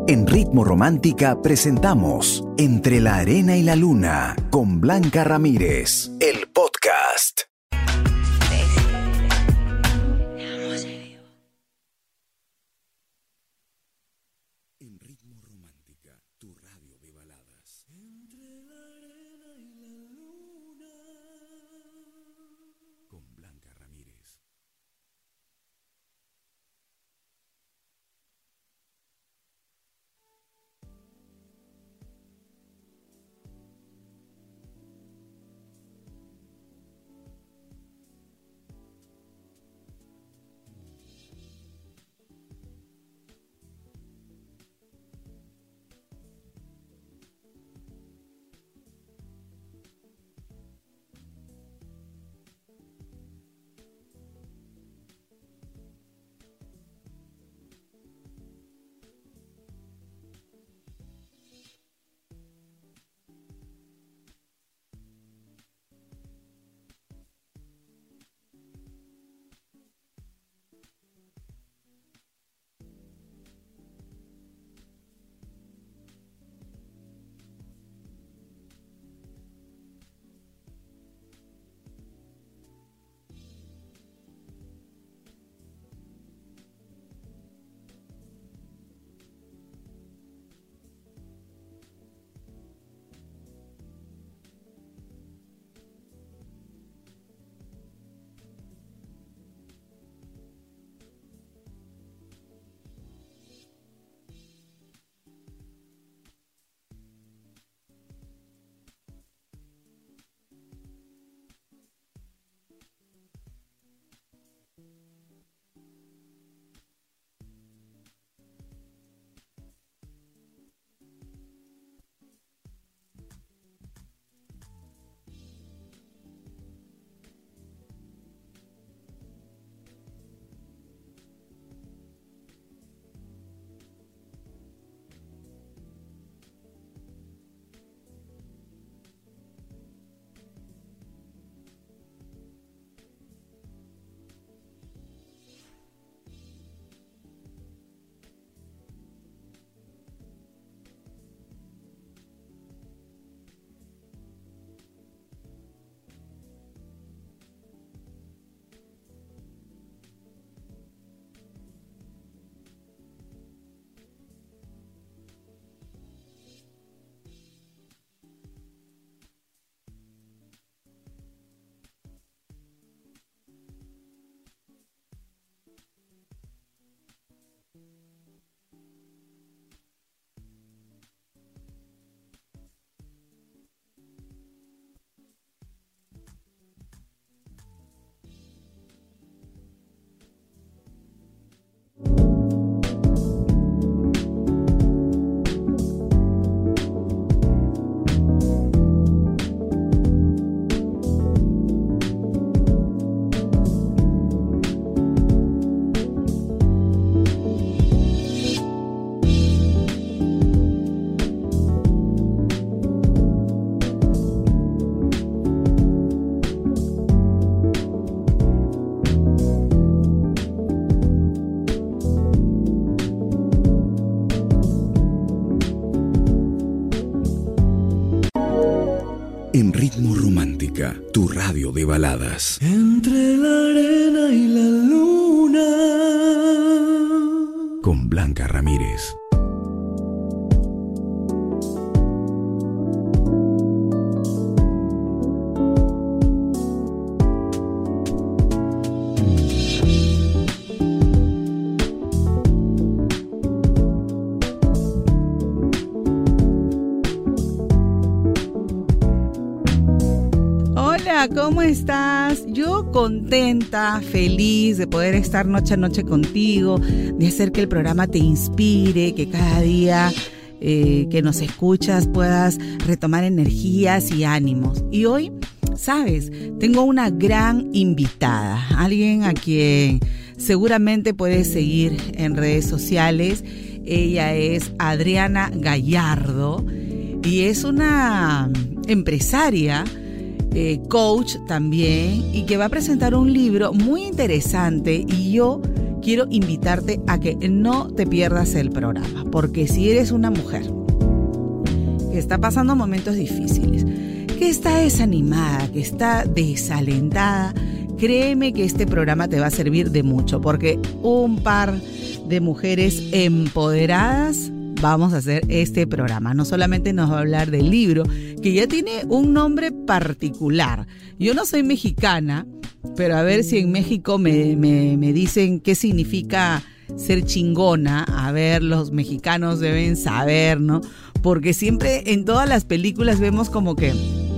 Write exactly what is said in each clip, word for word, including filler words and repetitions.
En Ritmo Romántica presentamos Entre la Arena y la Luna con Blanca Ramírez, el podcast. En Ritmo Romántica, tu radio de baladas. Entre la arena y la luna con Blanca Ramírez. En Ritmo Romántica, tu radio de baladas. Entre la arena y la luna con Blanca Ramírez. ¿Cómo estás? Yo contenta, feliz de poder estar noche a noche contigo, de hacer que el programa te inspire, que cada día eh, que nos escuchas puedas retomar energías y ánimos. Y hoy, ¿sabes? Tengo una gran invitada, alguien a quien seguramente puedes seguir en redes sociales. Ella es Adriana Gallardo y es una empresaria, Eh, coach también, y que va a presentar un libro muy interesante, y yo quiero invitarte a que no te pierdas el programa, porque si eres una mujer que está pasando momentos difíciles, que está desanimada, que está desalentada, créeme que este programa te va a servir de mucho, porque un par de mujeres empoderadas vamos a hacer este programa. No solamente nos va a hablar del libro, que ya tiene un nombre particular. Yo no soy mexicana, pero a ver si en México me, me, me dicen qué significa ser chingona. A ver, los mexicanos deben saber, ¿no? Porque siempre en todas las películas vemos como que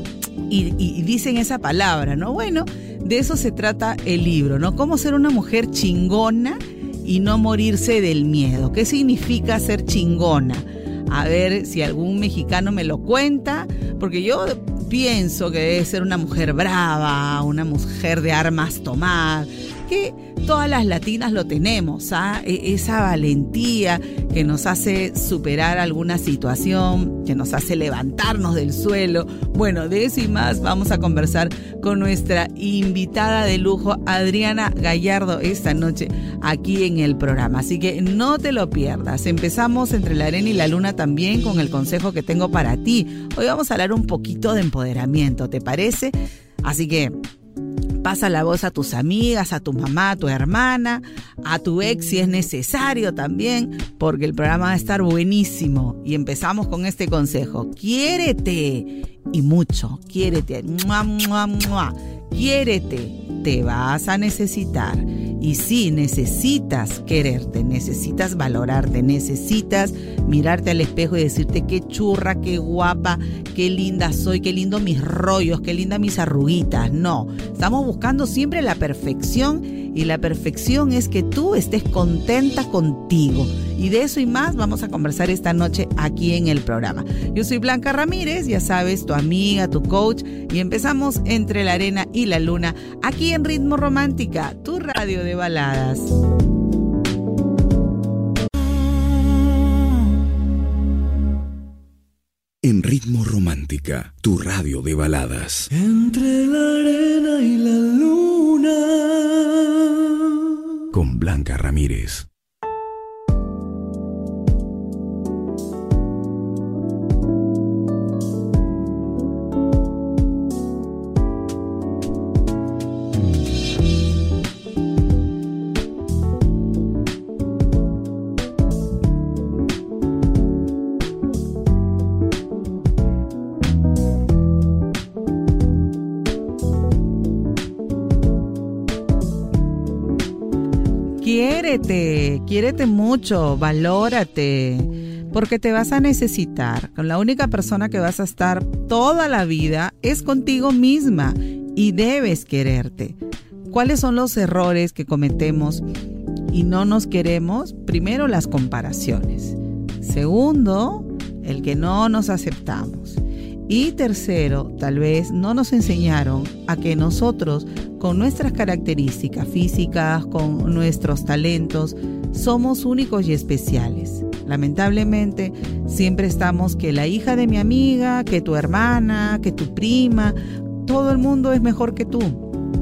y, y dicen esa palabra, ¿no? Bueno, de eso se trata el libro, ¿no? Cómo ser una mujer chingona y no morirse del miedo. ¿Qué significa ser chingona? A ver si algún mexicano me lo cuenta, porque yo pienso que debe ser una mujer brava, una mujer de armas tomar, que todas las latinas lo tenemos, ¿ah? Esa valentía que nos hace superar alguna situación, que nos hace levantarnos del suelo. Bueno, de eso y más vamos a conversar con nuestra invitada de lujo, Adriana Gallardo, esta noche aquí en el programa. Así que no te lo pierdas. Empezamos entre la arena y la luna también con el consejo que tengo para ti. Hoy vamos a hablar un poquito de empoderamiento, ¿te parece? Así que pasa la voz a tus amigas, a tu mamá, a tu hermana, a tu ex si es necesario también, porque el programa va a estar buenísimo. Y empezamos con este consejo: quiérete y mucho, quiérete, mua, mua, mua. Quiérete, te vas a necesitar. Y sí, necesitas quererte, necesitas valorarte, necesitas mirarte al espejo y decirte qué churra, qué guapa, qué linda soy, qué lindo mis rollos, qué linda mis arruguitas. No, estamos buscando siempre la perfección, y la perfección es que tú estés contenta contigo. Y de eso y más vamos a conversar esta noche aquí en el programa. Yo soy Blanca Ramírez, ya sabes, tu amiga, tu coach, y empezamos entre la arena y la luna, aquí en Ritmo Romántica, tu radio de baladas. En Ritmo Romántica, tu radio de baladas. Entre la arena y la luna. Con Blanca Ramírez. Quiérete, quiérete mucho, valórate, porque te vas a necesitar. Con la única persona que vas a estar toda la vida es contigo misma, y debes quererte. ¿Cuáles son los errores que cometemos y no nos queremos? Primero, las comparaciones. Segundo, el que no nos aceptamos. Y tercero, tal vez no nos enseñaron a que nosotros, con nuestras características físicas, con nuestros talentos, somos únicos y especiales. Lamentablemente, siempre estamos que la hija de mi amiga, que tu hermana, que tu prima, todo el mundo es mejor que tú.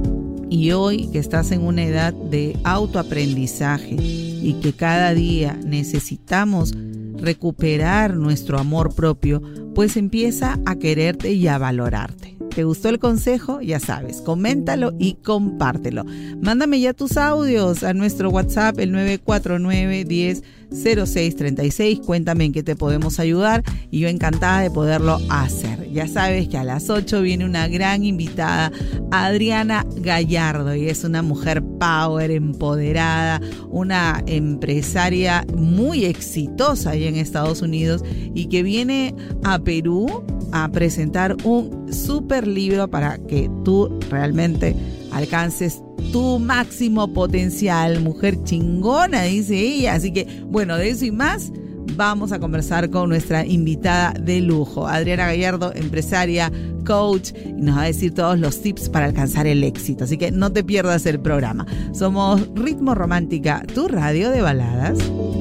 Y hoy que estás en una edad de autoaprendizaje y que cada día necesitamos recuperar nuestro amor propio, pues empieza a quererte y a valorarte. ¿Te gustó el consejo? Ya sabes, coméntalo y compártelo. Mándame ya tus audios a nuestro WhatsApp, el nueve cuatro nueve, diez, cero seis, treinta y seis. Cuéntame en qué te podemos ayudar y yo encantada de poderlo hacer. Ya sabes que a las ocho viene una gran invitada, Adriana Gallardo, y es una mujer power, empoderada, una empresaria muy exitosa allá en Estados Unidos y que viene a Perú a presentar un súper libro para que tú realmente alcances tu máximo potencial. Mujer chingona, dice ella. Así que, bueno, de eso y más vamos a conversar con nuestra invitada de lujo, Adriana Gallardo, empresaria, coach, y nos va a decir todos los tips para alcanzar el éxito. Así que no te pierdas el programa. Somos Ritmo Romántica, tu radio de baladas.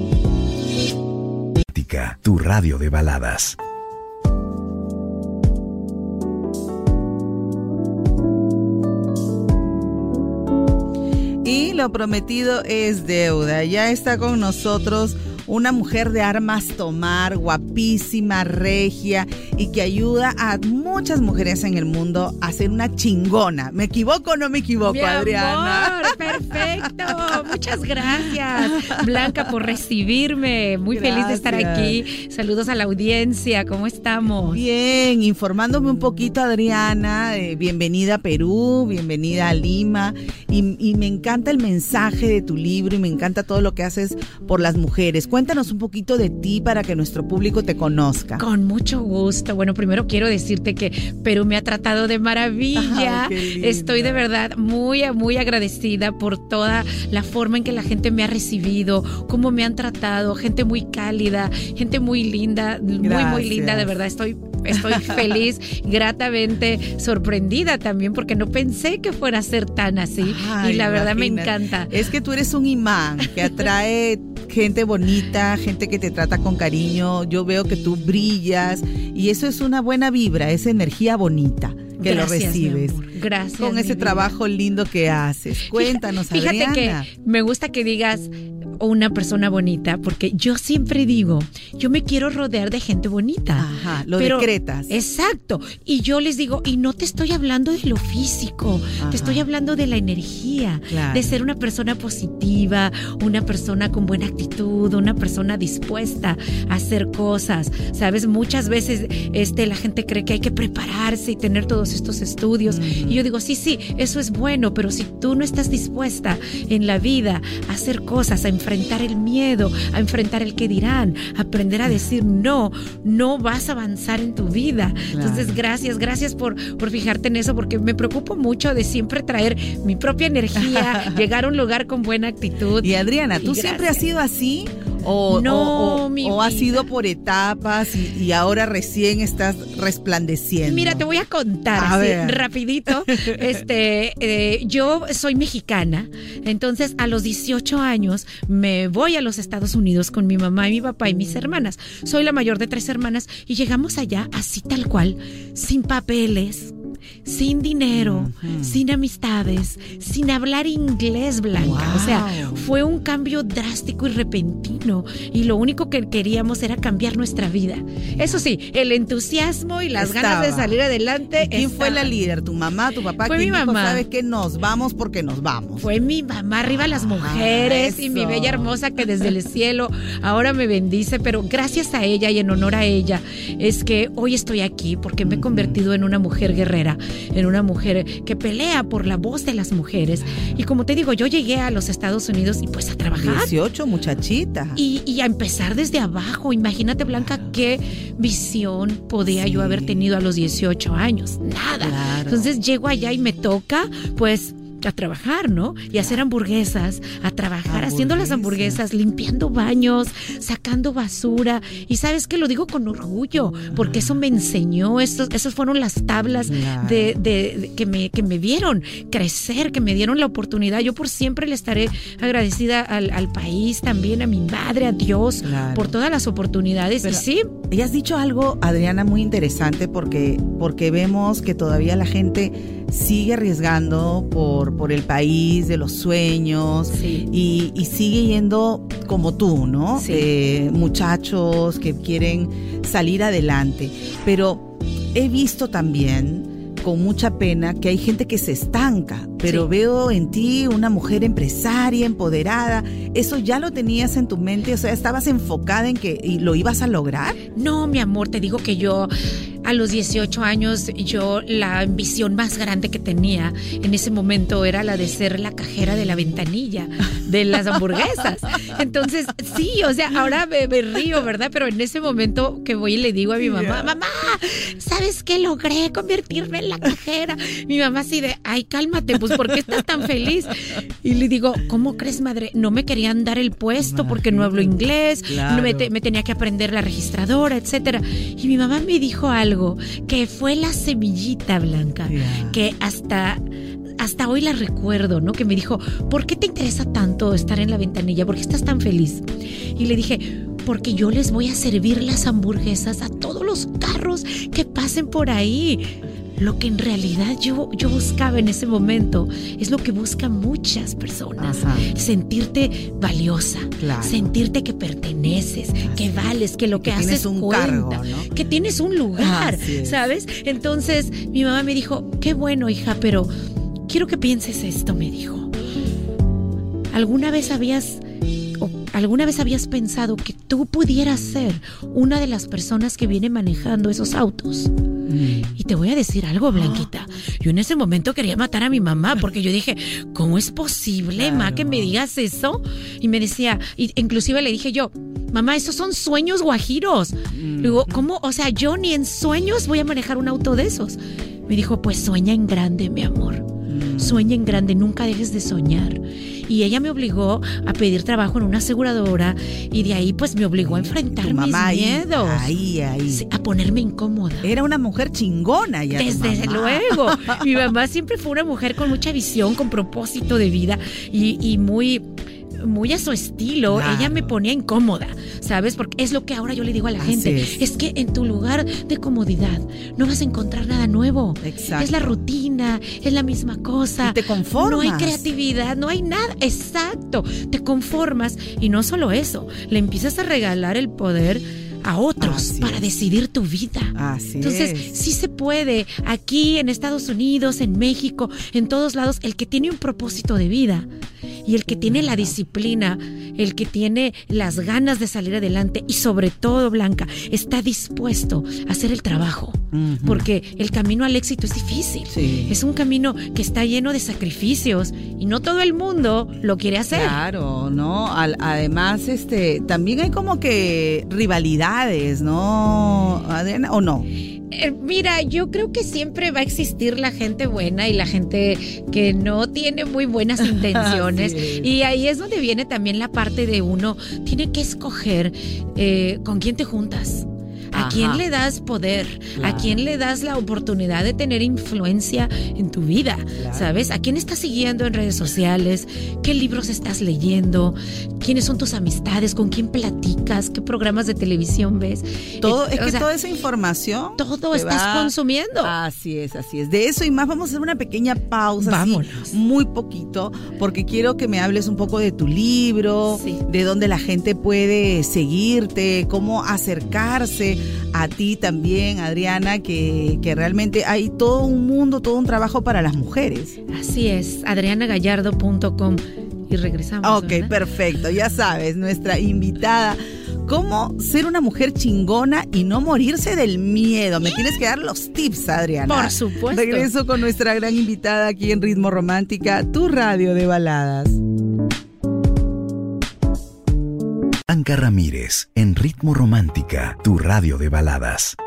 Tu radio de baladas. Y lo lo prometido es deuda. Ya está con nosotros una mujer de armas tomar, guapísima, regia, y que ayuda a muchas mujeres en el mundo a ser una chingona. ¿Me equivoco o no me equivoco, Mi Adriana? amor, perfecto. Muchas gracias, Blanca, por recibirme. Muy gracias. Feliz de estar aquí. Saludos a la audiencia. ¿Cómo estamos? Bien, informándome un poquito, Adriana. Eh, bienvenida a Perú, bienvenida a Lima. Y, y me encanta el mensaje de tu libro y me encanta todo lo que haces por las mujeres. Cuéntanos un poquito de ti para que nuestro público te conozca. Con mucho gusto. Bueno, primero quiero decirte que Perú me ha tratado de maravilla. Ay, estoy de verdad muy, muy agradecida por toda la forma en que la gente me ha recibido, cómo me han tratado, gente muy cálida, gente muy linda, Gracias. muy, muy linda, de verdad. Estoy Estoy feliz, gratamente sorprendida también, porque no pensé que fuera a ser tan así. Ay, y la verdad imagínate. Me encanta. Es que tú eres un imán que atrae gente bonita, gente que te trata con cariño. Yo veo que tú brillas y eso es una buena vibra, esa energía bonita que Gracias, lo recibes. Gracias. Con ese vida. trabajo lindo que haces. Cuéntanos, Fíjate Adriana. Fíjate que me gusta que digas una persona bonita, porque yo siempre digo, yo me quiero rodear de gente bonita. Ajá, lo pero, decretas. Exacto. Y yo les digo, y no te estoy hablando de lo físico, Ajá. te estoy hablando de la energía, claro. de ser una persona positiva, una persona con buena actitud, una persona dispuesta a hacer cosas. Sabes, muchas veces este, la gente cree que hay que prepararse y tener todos estos estudios. Mm. Y yo digo, sí, sí, eso es bueno, pero si tú no estás dispuesta en la vida a hacer cosas, a enfrentar el miedo, a enfrentar el que dirán, aprender a decir no, no vas a avanzar en tu vida. Claro. Entonces, gracias, gracias por, por fijarte en eso, porque me preocupo mucho de siempre traer mi propia energía, llegar a un lugar con buena actitud. Y Adriana, ¿tú siempre has sido así? ¿O, no, o, o, mi o ha sido por etapas y, y ahora recién estás resplandeciendo? Mira, te voy a contar a así, ver. rapidito. Este, eh, yo soy mexicana, entonces a los dieciocho años me voy a los Estados Unidos con mi mamá y mi papá y mis hermanas. Soy la mayor de tres hermanas y llegamos allá así tal cual, sin papeles, sin dinero, uh-huh. sin amistades, sin hablar inglés, Blanca. Wow. O sea, fue un cambio drástico y repentino y lo único que queríamos era cambiar nuestra vida. Eso sí, el entusiasmo y las Estaba. ganas de salir adelante. ¿Quién estaba. fue la líder? ¿Tu mamá, tu papá? Fue mi dijo, mamá. ¿Sabes qué? Nos vamos porque nos vamos. Fue mi mamá, arriba las mujeres, ah, y mi bella hermosa que desde el cielo ahora me bendice, pero gracias a ella y en honor a ella es que hoy estoy aquí, porque me he convertido en una mujer guerrera, en una mujer que pelea por la voz de las mujeres. Y como te digo, yo llegué a los Estados Unidos y pues a trabajar. dieciocho, muchachita. Y, y a empezar desde abajo. Imagínate, Blanca, qué visión podía sí. yo haber tenido a los dieciocho años. Nada. Claro. Entonces llego allá y me toca, pues, a trabajar, ¿no? Y hacer hamburguesas, a trabajar hamburguesas. haciendo las hamburguesas, limpiando baños, sacando basura. Y sabes que lo digo con orgullo, porque eso me enseñó, estos, esas fueron las tablas claro. de, de, de, que, me, que me vieron crecer, que me dieron la oportunidad. Yo por siempre le estaré agradecida al, al país, también a mi madre, a Dios, claro. por todas las oportunidades. Pero, y sí. Y has dicho algo, Adriana, muy interesante, porque, porque vemos que todavía la gente sigue arriesgando por, por el país de los sueños sí. y, y sigue yendo como tú, ¿no? Sí. Eh, muchachos que quieren salir adelante. Pero he visto también con mucha pena que hay gente que se estanca, pero sí. veo en ti una mujer empresaria, empoderada. ¿Eso ya lo tenías en tu mente? O sea, ¿estabas enfocada en que y lo ibas a lograr? No, mi amor, te digo que yo a los dieciocho años, yo la ambición más grande que tenía en ese momento era la de ser la cajera de la ventanilla de las hamburguesas. Entonces, sí, o sea, ahora me, me río, ¿verdad? Pero en ese momento que voy y le digo a mi mamá, yeah. mamá, ¿sabes qué? Logré convertirme en la cajera. Mi mamá así de, ay, cálmate, pues, ¿por qué estás tan feliz? Y le digo, ¿cómo crees, madre? No me querían dar el puesto porque no hablo inglés, claro. no me, te, me tenía que aprender la registradora, etcétera. Y mi mamá me dijo algo que fue la semillita, Blanca, yeah. que hasta... hasta hoy la recuerdo, ¿no? Que me dijo, ¿por qué te interesa tanto estar en la ventanilla? ¿Por qué estás tan feliz? Y le dije, porque yo les voy a servir las hamburguesas a todos los carros que pasen por ahí. lo que en realidad yo, yo buscaba en ese momento es lo que buscan muchas personas. Ajá. Sentirte valiosa, claro. Sentirte que perteneces, así, que vales, que lo que, que haces un cuenta, cargo, ¿no? Que tienes un lugar, ¿sabes? Entonces mi mamá me dijo, qué bueno, hija, pero quiero que pienses esto, me dijo. ¿Alguna vez habías... o alguna vez habías pensado que tú pudieras ser una de las personas que viene manejando esos autos? Mm. Y te voy a decir algo, Blanquita. Yo en ese momento quería matar a mi mamá porque yo dije, ¿cómo es posible, claro, ma, que me digas eso? Y me decía, y inclusive le dije yo, mamá, esos son sueños guajiros. Mm. Digo, ¿cómo? O sea, yo ni en sueños voy a manejar un auto de esos. Me dijo, pues sueña en grande, mi amor. Mm. Sueña en grande, nunca dejes de soñar. Y ella me obligó a pedir trabajo en una aseguradora y de ahí pues me obligó a enfrentar mis miedos. Ahí, ahí. Sí, a ponerme incómoda. Era una mujer chingona ya. Desde luego. Mi mamá siempre fue una mujer con mucha visión, con propósito de vida y, y muy... muy a su estilo, claro. Ella me ponía incómoda, ¿sabes? Porque es lo que ahora yo le digo a la Así gente. Es. es que en tu lugar de comodidad no vas a encontrar nada nuevo. Exacto. Es la rutina, es la misma cosa. Y te conformas. No hay creatividad, no hay nada. Exacto. Te conformas y no solo eso, le empiezas a regalar el poder a otros Así para es. decidir tu vida. Así Entonces, es. sí se puede. Aquí en Estados Unidos, en México, en todos lados, el que tiene un propósito de vida y el que tiene la disciplina, el que tiene las ganas de salir adelante y sobre todo, Blanca, está dispuesto a hacer el trabajo. Uh-huh. Porque el camino al éxito es difícil. Sí. Es un camino que está lleno de sacrificios y no todo el mundo lo quiere hacer. Claro, ¿no? Al, además, este, también hay como que rivalidades, ¿no, Adriana? ¿O no? Eh, mira, yo creo que siempre va a existir la gente buena y la gente que no tiene muy buenas intenciones. Sí. Y ahí es donde viene también la parte de uno tiene que escoger eh, con quién te juntas. ¿A Ajá. quién le das poder? Claro. ¿A quién le das la oportunidad de tener influencia en tu vida? Claro. ¿Sabes? ¿A quién estás siguiendo en redes sociales? ¿Qué libros estás leyendo? ¿Quiénes son tus amistades? ¿Con quién platicas? ¿Qué programas de televisión ves? Todo, eh, es que sea, toda esa información todo estás va... consumiendo. Así es, así es. De eso y más vamos a hacer una pequeña pausa. Vámonos. Así, muy poquito, porque quiero que me hables un poco de tu libro, sí. de dónde la gente puede seguirte, cómo acercarse a ti también, Adriana, que, que realmente hay todo un mundo, todo un trabajo para las mujeres. Así es, adriana gallardo punto com y regresamos. Ok, ¿verdad? Perfecto, ya sabes, nuestra invitada. ¿Cómo ser una mujer chingona y no morirse del miedo? Me tienes que dar los tips, Adriana. Por supuesto. Regreso con nuestra gran invitada aquí en Ritmo Romántica, tu radio de baladas. Blanca Ramírez, en Ritmo Romántica, tu radio de baladas.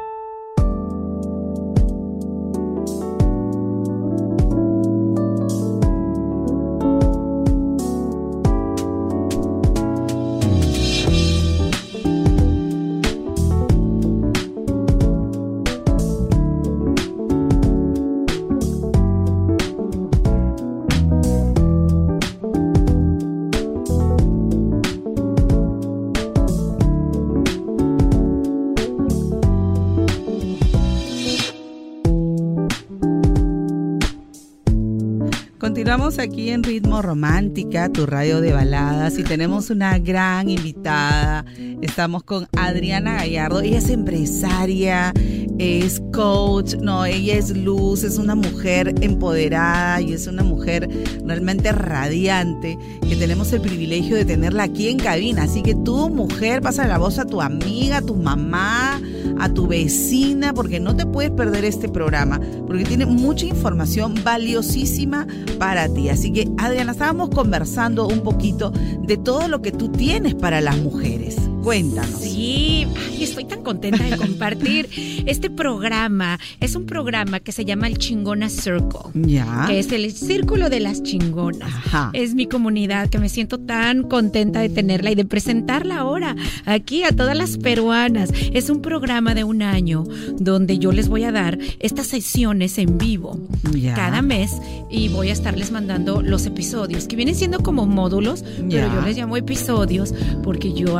Continuamos aquí en Ritmo Romántica, tu radio de baladas, y tenemos una gran invitada. Estamos con Adriana Gallardo. Ella es empresaria, es coach, no, ella es luz, es una mujer empoderada y es una mujer realmente radiante, que tenemos el privilegio de tenerla aquí en cabina. Así que tú, mujer, pasa la voz a tu amiga, a tu mamá, a tu vecina, porque no te puedes perder este programa, porque tiene mucha información valiosísima para ti. Así que, Adriana, estábamos conversando un poquito de todo lo que tú tienes para las mujeres. Cuéntanos. Sí, ay, estoy tan contenta de compartir. Este programa es un programa que se llama el Chingona Circle, ya, que es el círculo de las chingonas. Ajá. Es mi comunidad, que me siento tan contenta de tenerla y de presentarla ahora aquí a todas las peruanas. Es un programa de un año donde yo les voy a dar estas sesiones en vivo, ya, cada mes, y voy a estarles mandando los episodios, que vienen siendo como módulos, ya, pero yo les llamo episodios porque yo aparezco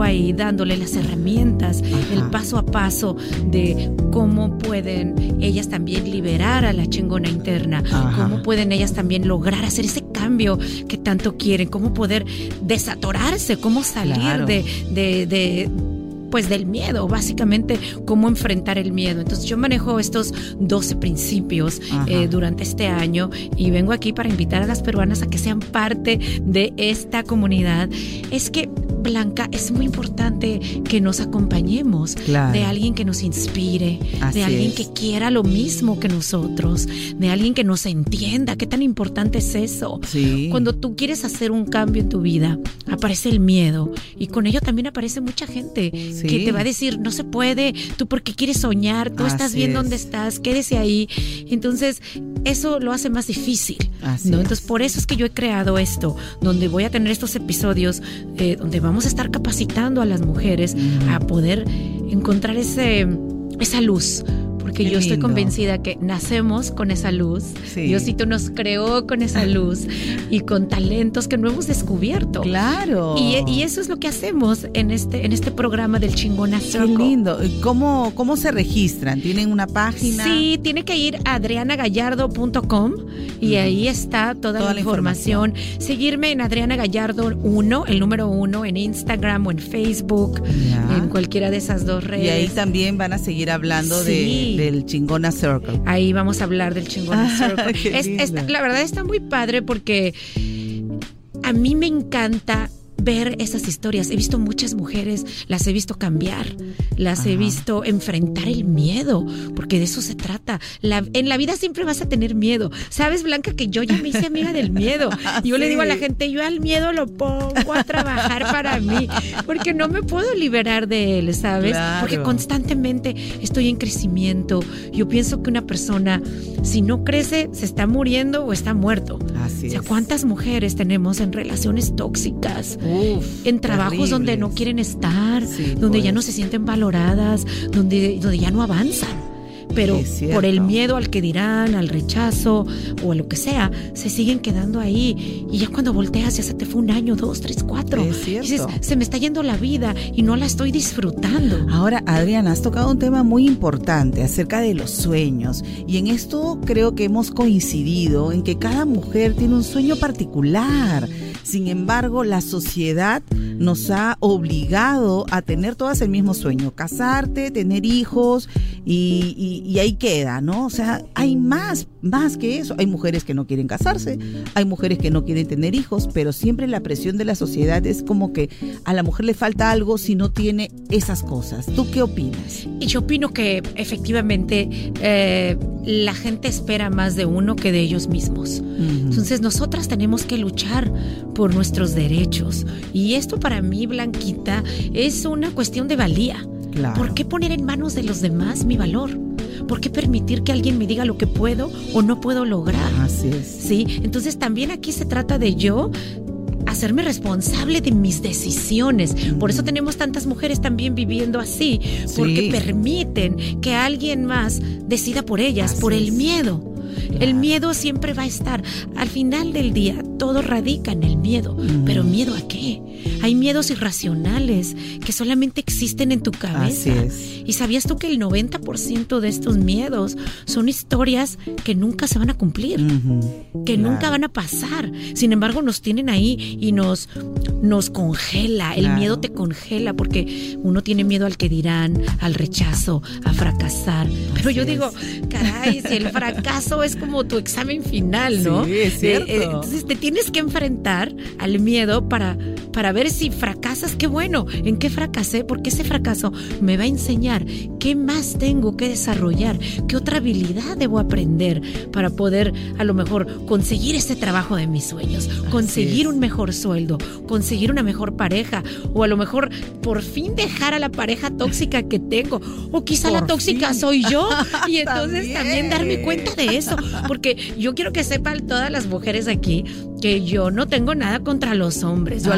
vengo ahí dándole las herramientas, Ajá. el paso a paso de cómo pueden ellas también liberar a la chingona interna, Ajá. cómo pueden ellas también lograr hacer ese cambio que tanto quieren, cómo poder desatorarse, cómo salir claro. de, de, de pues del miedo, básicamente cómo enfrentar el miedo. Entonces yo manejo estos doce principios eh, durante este año y vengo aquí para invitar a las peruanas a que sean parte de esta comunidad. Es que, Blanca, es muy importante que nos acompañemos claro. de alguien que nos inspire, Así de alguien es. que quiera lo mismo que nosotros, de alguien que nos entienda. ¿Qué tan importante es eso? Sí. Cuando tú quieres hacer un cambio en tu vida, aparece el miedo y con ello también aparece mucha gente sí. que te va a decir, no se puede, tú porque quieres soñar, tú Así estás bien es. donde estás, quédese ahí. Entonces, eso lo hace más difícil, Así ¿no? Entonces, por eso es que yo he creado esto, donde voy a tener estos episodios eh, donde vamos Vamos a estar capacitando a las mujeres mm. a poder encontrar ese, esa luz. Porque Qué yo estoy lindo. convencida que nacemos con esa luz. Sí. Diosito nos creó con esa luz y con talentos que no hemos descubierto. Claro. Y, y eso es lo que hacemos en este, en este programa del Chingona Circle. Qué lindo. ¿Cómo, ¿Cómo se registran? ¿Tienen una página? Sí, tiene que ir a adriana gallardo punto com y uh-huh. ahí está toda, toda la, la información. información. Seguirme en Adriana Gallardo uno, el número uno, en Instagram o en Facebook, ya. en cualquiera de esas dos redes. Y ahí también van a seguir hablando sí. de... del Chingona Circle. Ahí vamos a hablar del Chingona Circle. es, es, la verdad está muy padre porque a mí me encanta ver esas historias. He visto muchas mujeres, las he visto cambiar, las Ajá. he visto enfrentar el miedo, porque de eso se trata. La, en la vida siempre vas a tener miedo. ¿Sabes, Blanca, que yo ya me hice amiga del miedo? Yo sí. le digo a la gente, yo al miedo lo pongo a trabajar para mí, porque no me puedo liberar de él, ¿sabes? Claro. Porque constantemente estoy en crecimiento. Yo pienso que una persona, si no crece, se está muriendo o está muerto. Así o sea, es. ¿cuántas mujeres tenemos en relaciones tóxicas? Uf, en trabajos terribles. donde no quieren estar, sí, donde pues. ya no se sienten valoradas, donde, donde ya no avanzan. Pero por el miedo al que dirán, al rechazo o a lo que sea, se siguen quedando ahí. Y ya cuando volteas, ya se te fue un año, dos, tres, cuatro. Es cierto. Y dices, se me está yendo la vida y no la estoy disfrutando. Ahora, Adriana, has tocado un tema muy importante acerca de los sueños. Y en esto creo que hemos coincidido en que cada mujer tiene un sueño particular. Sin embargo, la sociedad nos ha obligado a tener todas el mismo sueño, casarte, tener hijos y, y, y ahí queda, ¿no? O sea, hay más, más que eso. Hay mujeres que no quieren casarse, hay mujeres que no quieren tener hijos, pero siempre la presión de la sociedad es como que a la mujer le falta algo si no tiene esas cosas. ¿Tú qué opinas? Y yo opino que efectivamente eh, la gente espera más de uno que de ellos mismos. Uh-huh. Entonces nosotras tenemos que luchar por nuestros derechos. Y esto para mí, Blanquita, es una cuestión de valía. Claro. ¿Por qué poner en manos de los demás mi valor? ¿Por qué permitir que alguien me diga lo que puedo o no puedo lograr? Así es. Sí, entonces también aquí se trata de yo hacerme responsable de mis decisiones. Mm. Por eso tenemos tantas mujeres también viviendo así, sí. porque permiten que alguien más decida por ellas, así por el es. miedo. Claro. El miedo siempre va a estar. Al final del día, todo radica en el miedo. Mm. ¿Pero miedo a qué? Hay miedos irracionales que solamente existen en tu cabeza. Así es. ¿Y sabías tú que el noventa por ciento de estos miedos son historias que nunca se van a cumplir? Mm-hmm. Que claro. nunca van a pasar. Sin embargo, nos tienen ahí y nos, nos congela. El claro. miedo te congela porque uno tiene miedo al que dirán, al rechazo, a fracasar. Pero Así yo es. digo, caray, si el fracaso es como tu examen final, ¿no? Sí, es cierto. Eh, eh, entonces te tienes que enfrentar al miedo para, para ver si fracasas. Qué bueno, ¿en qué fracasé? Porque ese fracaso me va a enseñar qué más tengo que desarrollar, qué otra habilidad debo aprender para poder a lo mejor conseguir ese trabajo de mis sueños, conseguir un mejor sueldo, conseguir una mejor pareja o a lo mejor por fin dejar a la pareja tóxica que tengo o quizá por la tóxica fin. soy yo y entonces también. también darme cuenta de eso, porque yo quiero que sepan todas las mujeres aquí que yo no tengo nada contra los hombres. Yo Ajá. a los hombres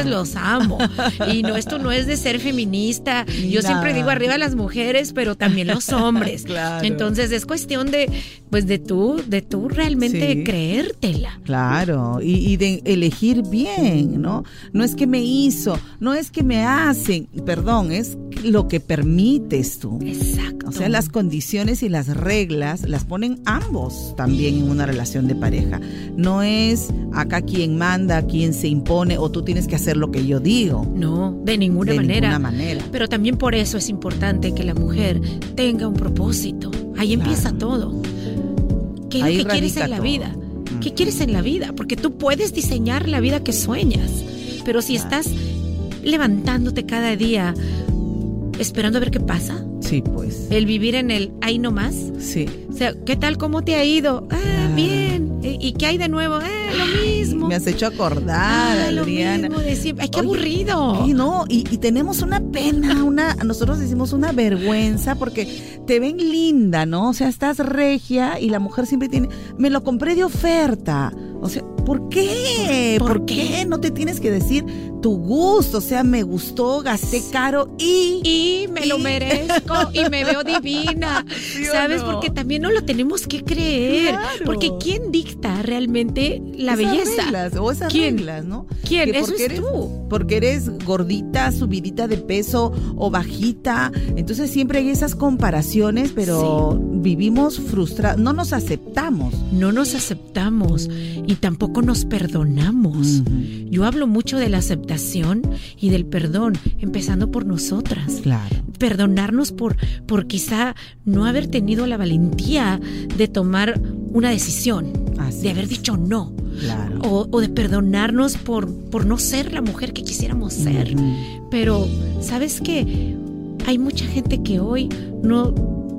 los amo. Y no, esto no es de ser feminista. Ni Yo nada. siempre digo arriba las mujeres, pero también los hombres. Claro. Entonces es cuestión de, pues de tú, de tú realmente Sí. creértela. Claro, y, y de elegir bien, ¿no? No es que me hizo, no es que me hacen, perdón, es lo que permites tú. Exacto. O sea, las condiciones y las reglas las ponen ambos también en una relación de pareja. No es acá quien manda, quien se impone, o tú tienes que hacer lo que yo digo. No, de ninguna De manera. ninguna manera. Pero también por eso es importante que la mujer tenga un propósito. Ahí Claro. empieza todo. ¿Qué es Ahí lo que quieres radica en la todo. vida? Mm. ¿Qué quieres en la vida? Porque tú puedes diseñar la vida que sueñas. Pero si Claro. estás levantándote cada día esperando a ver qué pasa, Sí, pues. el vivir en el ahí nomás. Sí. O sea, ¿qué tal? ¿Cómo te ha ido? Ah, Ah. bien. ¿Y qué hay de nuevo? Ah, lo mismo. Me has hecho acordar, Ah, lo Adriana. mismo de siempre. Ay, qué Oye, aburrido. Y no, y, y tenemos una pena, una, nosotros decimos una vergüenza porque te ven linda, ¿no? O sea, estás regia y la mujer siempre tiene, me lo compré de oferta. O sea, ¿por qué? ¿Por ¿Por, qué? qué? No te tienes que decir tu gusto, o sea, me gustó, gasté caro y... Y me lo Y- merezco y me veo divina. ¿Sí o ¿Sabes? no? Porque también no lo tenemos que creer. Claro. Porque ¿quién dicta realmente la esas belleza? reglas, o esas ¿Quién? reglas, ¿no? ¿Quién? Que Eso porque es eres- tú. Porque eres gordita, subidita de peso o bajita. Entonces siempre hay esas comparaciones, pero vivimos frustrados, no nos aceptamos. No nos aceptamos y tampoco nos perdonamos. Ujú. Yo hablo mucho de la aceptación y del perdón, empezando por nosotras. Claro. Perdonarnos por, por quizá no haber tenido la valentía de tomar una decisión, Así de haber es. dicho no. Claro. O, o de perdonarnos por, por no ser la mujer que quisiéramos ser. Ujú. Pero, ¿sabes qué? Hay mucha gente que hoy no,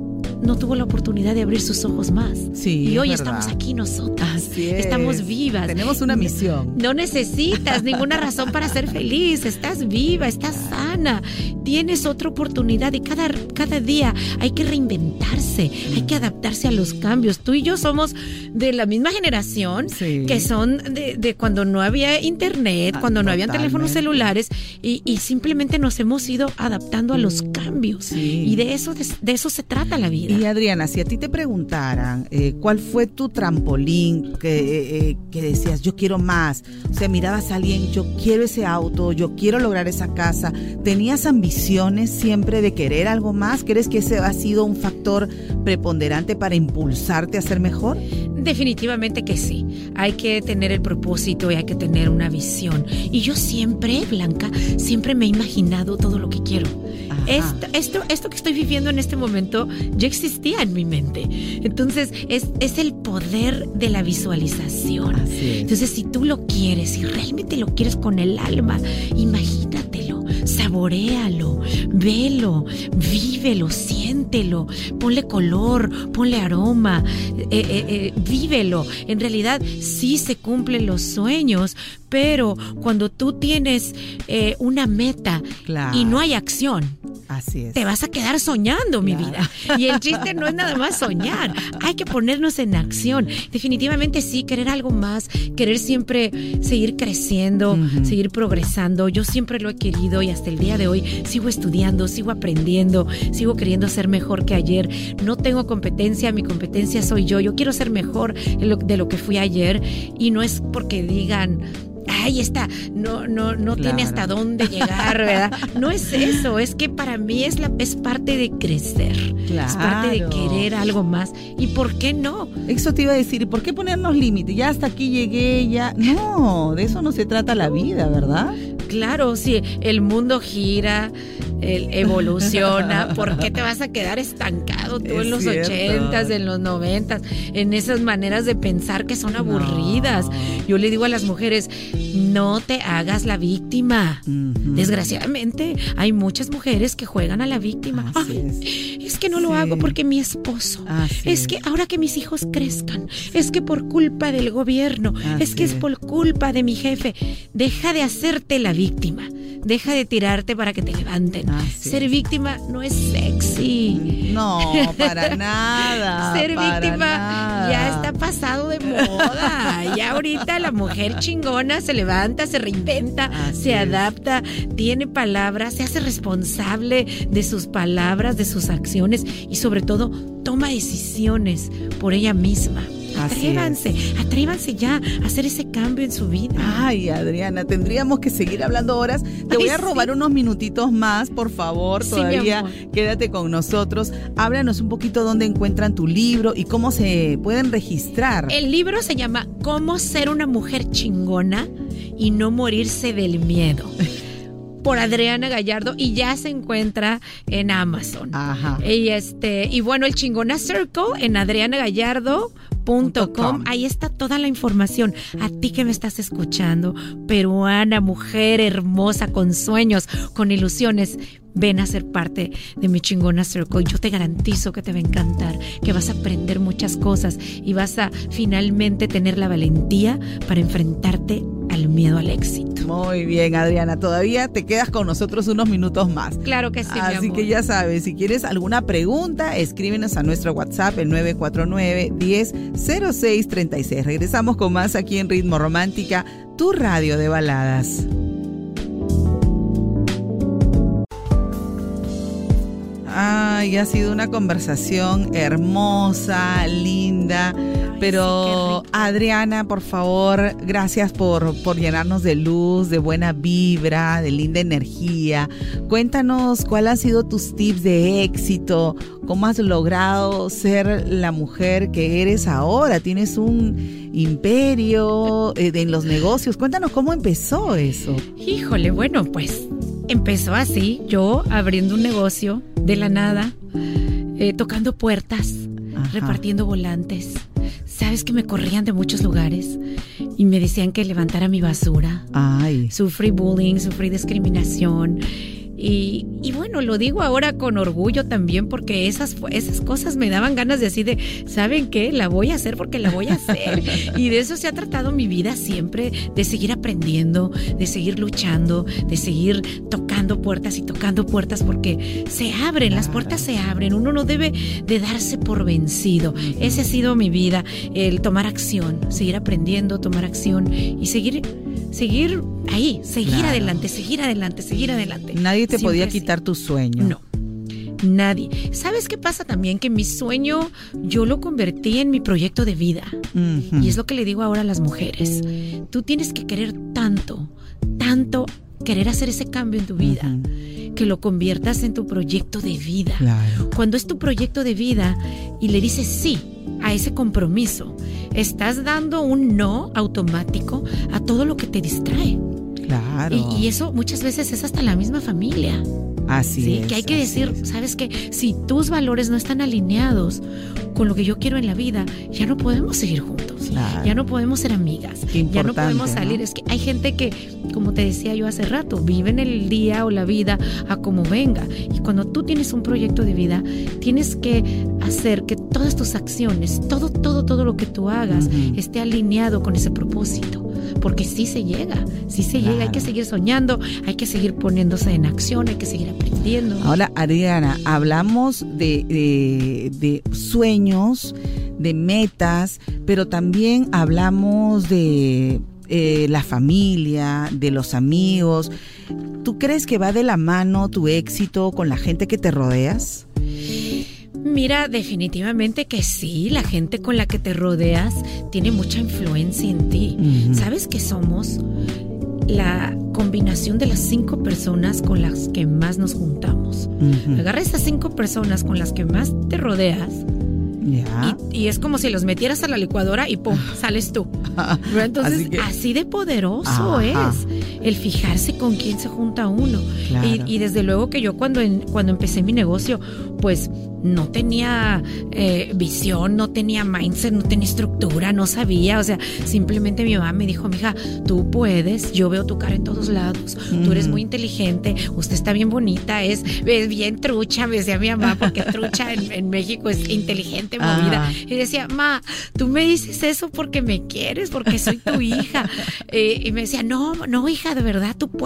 no tuvo la oportunidad de abrir sus ojos más. Sí, y hoy es verdad. estamos aquí nosotras. Así es. Estamos vivas. Tenemos una misión. No necesitas ninguna razón para ser feliz. Estás viva, estás sana. Tienes otra oportunidad y cada, cada día hay que reinventarse, hay que adaptarse a los cambios. Tú y yo somos de la misma generación, Sí. que son de, de cuando no había internet, Ah, cuando no habían totalmente. teléfonos celulares y, y simplemente nos hemos ido adaptando a los cambios. Sí. Y de eso, de, de eso se trata la vida. Y Adriana, si a ti te preguntaran eh, cuál fue tu trampolín que, eh, eh, que decías, yo quiero más, o sea, mirabas a alguien, yo quiero ese auto, yo quiero lograr esa casa, ¿tenías ambiciones siempre de querer algo más? ¿Crees que ese ha sido un factor preponderante para impulsarte a ser mejor? Definitivamente que sí. Hay que tener el propósito y hay que tener una visión. Y yo siempre, Blanca, siempre me he imaginado todo lo que quiero. Ajá. Esto, esto, esto que estoy viviendo en este momento ya existía en mi mente. Entonces, es, es el poder de la visualización. Así es. Entonces, si tú lo quieres, si realmente lo quieres con el alma, imagínatelo, saboréalo, velo, vívelo, siéntelo, ponle color, ponle aroma, eh, eh, eh, vívelo. En realidad, sí se cumplen los sueños, pero cuando tú tienes eh, una meta Claro. y no hay acción, Así es. te vas a quedar soñando, mi Claro. vida. Y el chiste no es nada más soñar, hay que ponernos en acción. Definitivamente sí, querer algo más, querer siempre seguir creciendo, Ujú. seguir progresando. Yo siempre lo he querido y hasta el día de hoy sigo estudiando, sigo aprendiendo, sigo queriendo ser mejor que ayer. No tengo competencia, mi competencia soy yo. Yo quiero ser mejor de lo, de lo que fui ayer y no es porque digan... Ay, esta no, no, no Claro. tiene hasta dónde llegar, ¿verdad? No es eso, es que para mí es, la, es parte de crecer, es parte de Claro. querer algo más. ¿Y por qué no? Eso te iba a decir, ¿y por qué ponernos límites? Ya hasta aquí llegué, ya... No, de eso no se trata la vida, ¿verdad? Claro, si el mundo gira, el evoluciona, ¿por qué te vas a quedar estancado tú Es en los cierto. ochentas, en los noventas, en esas maneras de pensar que son aburridas? No. Yo le digo a las mujeres, no te hagas la víctima. Ujú. Desgraciadamente, hay muchas mujeres que juegan a la víctima. Así Ay, es que no lo Sí. hago porque mi esposo. Así es es. que ahora que mis hijos crezcan. Es que por culpa del gobierno. Así es que es es. por culpa de mi jefe. Deja de hacerte la víctima. deja de tirarte para que te levanten. Así Ser es. víctima no es sexy. No, para nada. Ser para víctima nada. ya está pasado de moda. Ya ahorita la mujer chingona se levanta, se reinventa, Así se es. adapta, tiene palabras, se hace responsable de sus palabras, de sus acciones y sobre todo toma decisiones por ella misma. Así Atrévanse, atrévanse ya a hacer ese cambio en su vida. Ay, Adriana, tendríamos que seguir hablando horas. Te Ay, voy a robar sí. unos minutitos más, por favor. Sí, Todavía mi amor. quédate con nosotros. Háblanos un poquito dónde encuentran tu libro y cómo se pueden registrar. El libro se llama Cómo ser una mujer chingona y no morirse del miedo. Por Adriana Gallardo y ya se encuentra en Amazon. Ajá. Y este, y bueno, el Chingona Circle en adriana gallardo punto com. Ahí está toda la información. A ti que me estás escuchando, peruana, mujer hermosa, con sueños, con ilusiones, ven a ser parte de mi Chingona Circle. Yo te garantizo que te va a encantar, que vas a aprender muchas cosas y vas a finalmente tener la valentía para enfrentarte al miedo al éxito. Muy bien, Adriana. Todavía te quedas con nosotros unos minutos más. Claro que sí, mi Así amor. que ya sabes, si quieres alguna pregunta, escríbenos a nuestro WhatsApp, el nueve cuatro nueve, diez, cero seis treinta y seis. Regresamos con más aquí en Ritmo Romántica, tu radio de baladas. Ay, ha sido una conversación hermosa, linda. Pero sí, Adriana, por favor, gracias por, por llenarnos de luz, de buena vibra, de linda energía. Cuéntanos cuáles han sido tus tips de éxito, cómo has logrado ser la mujer que eres ahora. Tienes un imperio eh, en los negocios. Cuéntanos cómo empezó eso. Híjole, bueno, pues empezó así, yo abriendo un negocio de la nada, eh, tocando puertas, Ajá. repartiendo volantes. Sabes que me corrían de muchos lugares y me decían que levantara mi basura. Ay. Sufrí bullying, sufrí discriminación. Y, y bueno, lo digo ahora con orgullo también porque esas, esas cosas me daban ganas de así de, ¿saben qué? La voy a hacer porque la voy a hacer. Y de eso se ha tratado mi vida siempre, de seguir aprendiendo, de seguir luchando, de seguir tocando puertas y tocando puertas porque se abren, las puertas se abren. Uno no debe de darse por vencido. Esa ha sido mi vida, el tomar acción, seguir aprendiendo, tomar acción y seguir... Seguir ahí, seguir Claro. adelante, seguir adelante, seguir adelante. Nadie te Siempre podía así. quitar tu sueño. No, nadie. ¿Sabes qué pasa también? Que mi sueño yo lo convertí en mi proyecto de vida. Uh-huh. Y es lo que le digo ahora a las mujeres. Tú tienes que querer tanto, tanto querer hacer ese cambio en tu vida, uh-huh. que lo conviertas en tu proyecto de vida. Claro. Cuando es tu proyecto de vida y le dices sí a ese compromiso, estás dando un no automático a todo lo que te distrae. Claro. Y, y eso muchas veces es hasta la misma familia. Así ¿sí? es. Que hay que así decir, es. ¿sabes qué? Si tus valores no están alineados con lo que yo quiero en la vida, ya no podemos seguir juntos. Claro. Ya no podemos ser amigas. Qué Ya no podemos importante, salir. ¿no? Es que hay gente que, como te decía yo hace rato, viven el día o la vida a como venga. Y cuando tú tienes un proyecto de vida, tienes que hacer que todas tus acciones, todo, todo, todo lo que tú hagas, uh-huh. esté alineado con ese propósito. Porque sí se llega, sí se Claro. llega. Hay que seguir soñando, hay que seguir poniéndose en acción, hay que seguir aprendiendo. Ahora, Adriana, hablamos de, de, de sueños, de metas, pero también hablamos de eh, la familia, de los amigos. ¿Tú crees que va de la mano tu éxito con la gente que te rodeas? Mira, definitivamente que sí, la gente con la que te rodeas tiene mucha influencia en ti. Uh-huh. ¿Sabes que somos la combinación de las cinco personas con las que más nos juntamos? Uh-huh. Agarra esas cinco personas con las que más te rodeas Ya. y, y es como si los metieras a la licuadora y ¡pum! Sales tú. Pero entonces, Así que- así de poderoso Ajá. es el fijarse con quién se junta uno. Claro. Y, y desde luego que yo cuando, en, cuando empecé mi negocio, pues no tenía eh, visión, no tenía mindset, no tenía estructura, no sabía, o sea, simplemente mi mamá me dijo, mija, tú puedes, yo veo tu cara en todos lados, Mm. tú eres muy inteligente, usted está bien bonita, es, es bien trucha, me decía mi mamá, porque trucha en, en México es inteligente, movida, Ah. y decía, ma, tú me dices eso porque me quieres, porque soy tu hija, eh, y me decía, no, no hija, de verdad, tú puedes.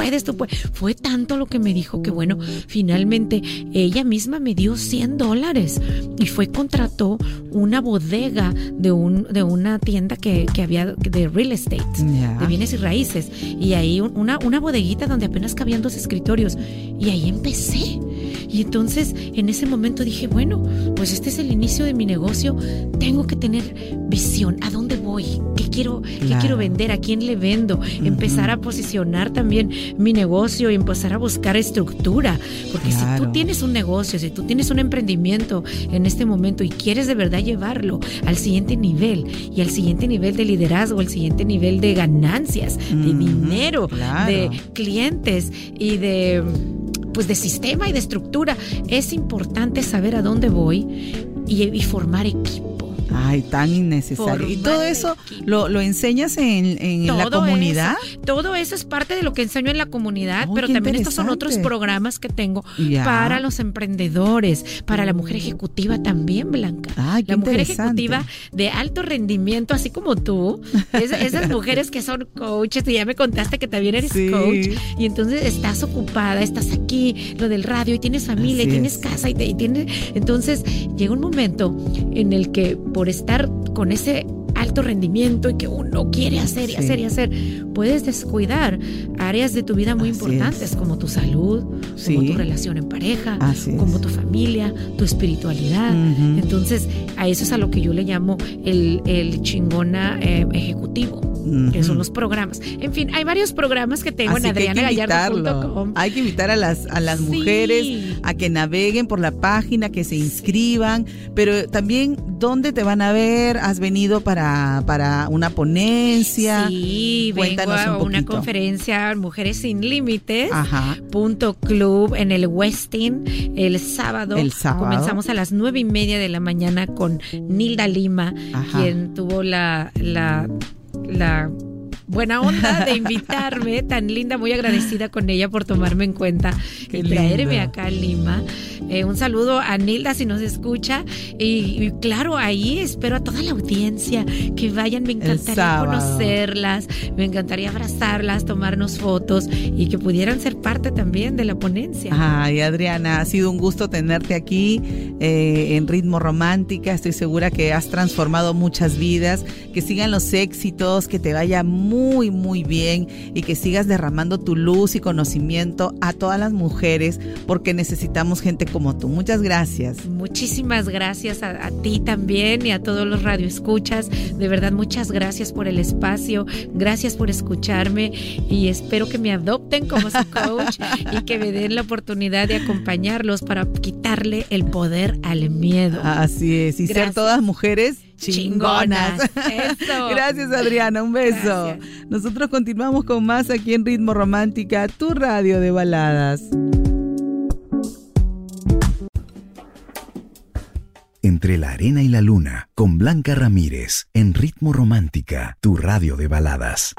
puedes, tú puedes. Fue tanto lo que me dijo que bueno, finalmente ella misma me dio cien dólares y fue, contrató una bodega de un de una tienda que, que había de real estate, yeah. de bienes y raíces, y ahí una, una bodeguita donde apenas cabían dos escritorios, y ahí empecé. Y entonces en ese momento dije, bueno, pues este es el inicio de mi negocio, tengo que tener visión, ¿a dónde voy? ¿Qué quiero, claro. qué quiero vender? ¿A quién le vendo? Uh-huh. Empezar a posicionar también mi negocio y empezar a buscar estructura, porque claro. si tú tienes un negocio, si tú tienes un emprendimiento en este momento y quieres de verdad llevarlo al siguiente nivel, y al siguiente nivel de liderazgo, al siguiente nivel de ganancias, uh-huh. de dinero, claro. de clientes y de... pues de sistema y de estructura, es importante saber a dónde voy y, y formar equipo. Ay, tan innecesario. Formar ¿Y todo eso lo, lo enseñas en, en la comunidad? Eso, todo eso es parte de lo que enseño en la comunidad, oh, pero también estos son otros programas que tengo ya. para los emprendedores, para la mujer ejecutiva también, Blanca. Ay, qué la mujer ejecutiva de alto rendimiento, así como tú, es, esas mujeres que son coaches, y ya me contaste que también eres sí. coach, y entonces estás ocupada, estás aquí, lo del radio, y tienes familia, así y tienes es. casa, y, te, y tienes... Entonces llega un momento en el que por estar con ese alto rendimiento y que uno quiere hacer y sí. hacer y hacer, puedes descuidar áreas de tu vida muy Así importantes, es. como tu salud, sí. como tu relación en pareja, Así como es. tu familia, tu espiritualidad. Uh-huh. Entonces, a eso es a lo que yo le llamo el, el chingona eh, ejecutivo. Uh-huh. Que son los programas. En fin, hay varios programas que tengo Así en adriana gallardo punto com. Hay que invitar a las, a las sí. mujeres a que naveguen por la página, que se inscriban, pero también ¿dónde te van a ver? ¿Has venido para, para una ponencia? Sí, Cuéntanos vengo a un una conferencia Mujeres Sin Límites Ajá. punto club en el Westin el sábado. El sábado. Comenzamos a las nueve y media de la mañana con Nilda Lima, Ajá. quien tuvo la... la la buena onda de invitarme, tan linda, muy agradecida con ella por tomarme en cuenta Qué y traerme lindo. acá a Lima. Eh, un saludo a Nilda si nos escucha, y, y claro, ahí espero a toda la audiencia que vayan, me encantaría conocerlas, me encantaría abrazarlas, tomarnos fotos y que pudieran ser parte también de la ponencia. Ay, Adriana, ha sido un gusto tenerte aquí eh, en Ritmo Romántica. Estoy segura que has transformado muchas vidas, que sigan los éxitos, que te vaya muy muy muy bien y que sigas derramando tu luz y conocimiento a todas las mujeres, porque necesitamos gente como tú. Muchas gracias. Muchísimas gracias a, a ti también y a todos los radioescuchas. De verdad, muchas gracias por el espacio, gracias por escucharme, y espero que me adopten como su coach y que me den la oportunidad de acompañarlos para quitarle el poder al miedo. Así es, y gracias. Ser todas mujeres chingonas. Eso. Gracias, Adriana, un beso. Gracias. Nosotros continuamos con más aquí en Ritmo Romántica, tu radio de baladas. Entre la arena y la luna, con Blanca Ramírez, en Ritmo Romántica, tu radio de baladas.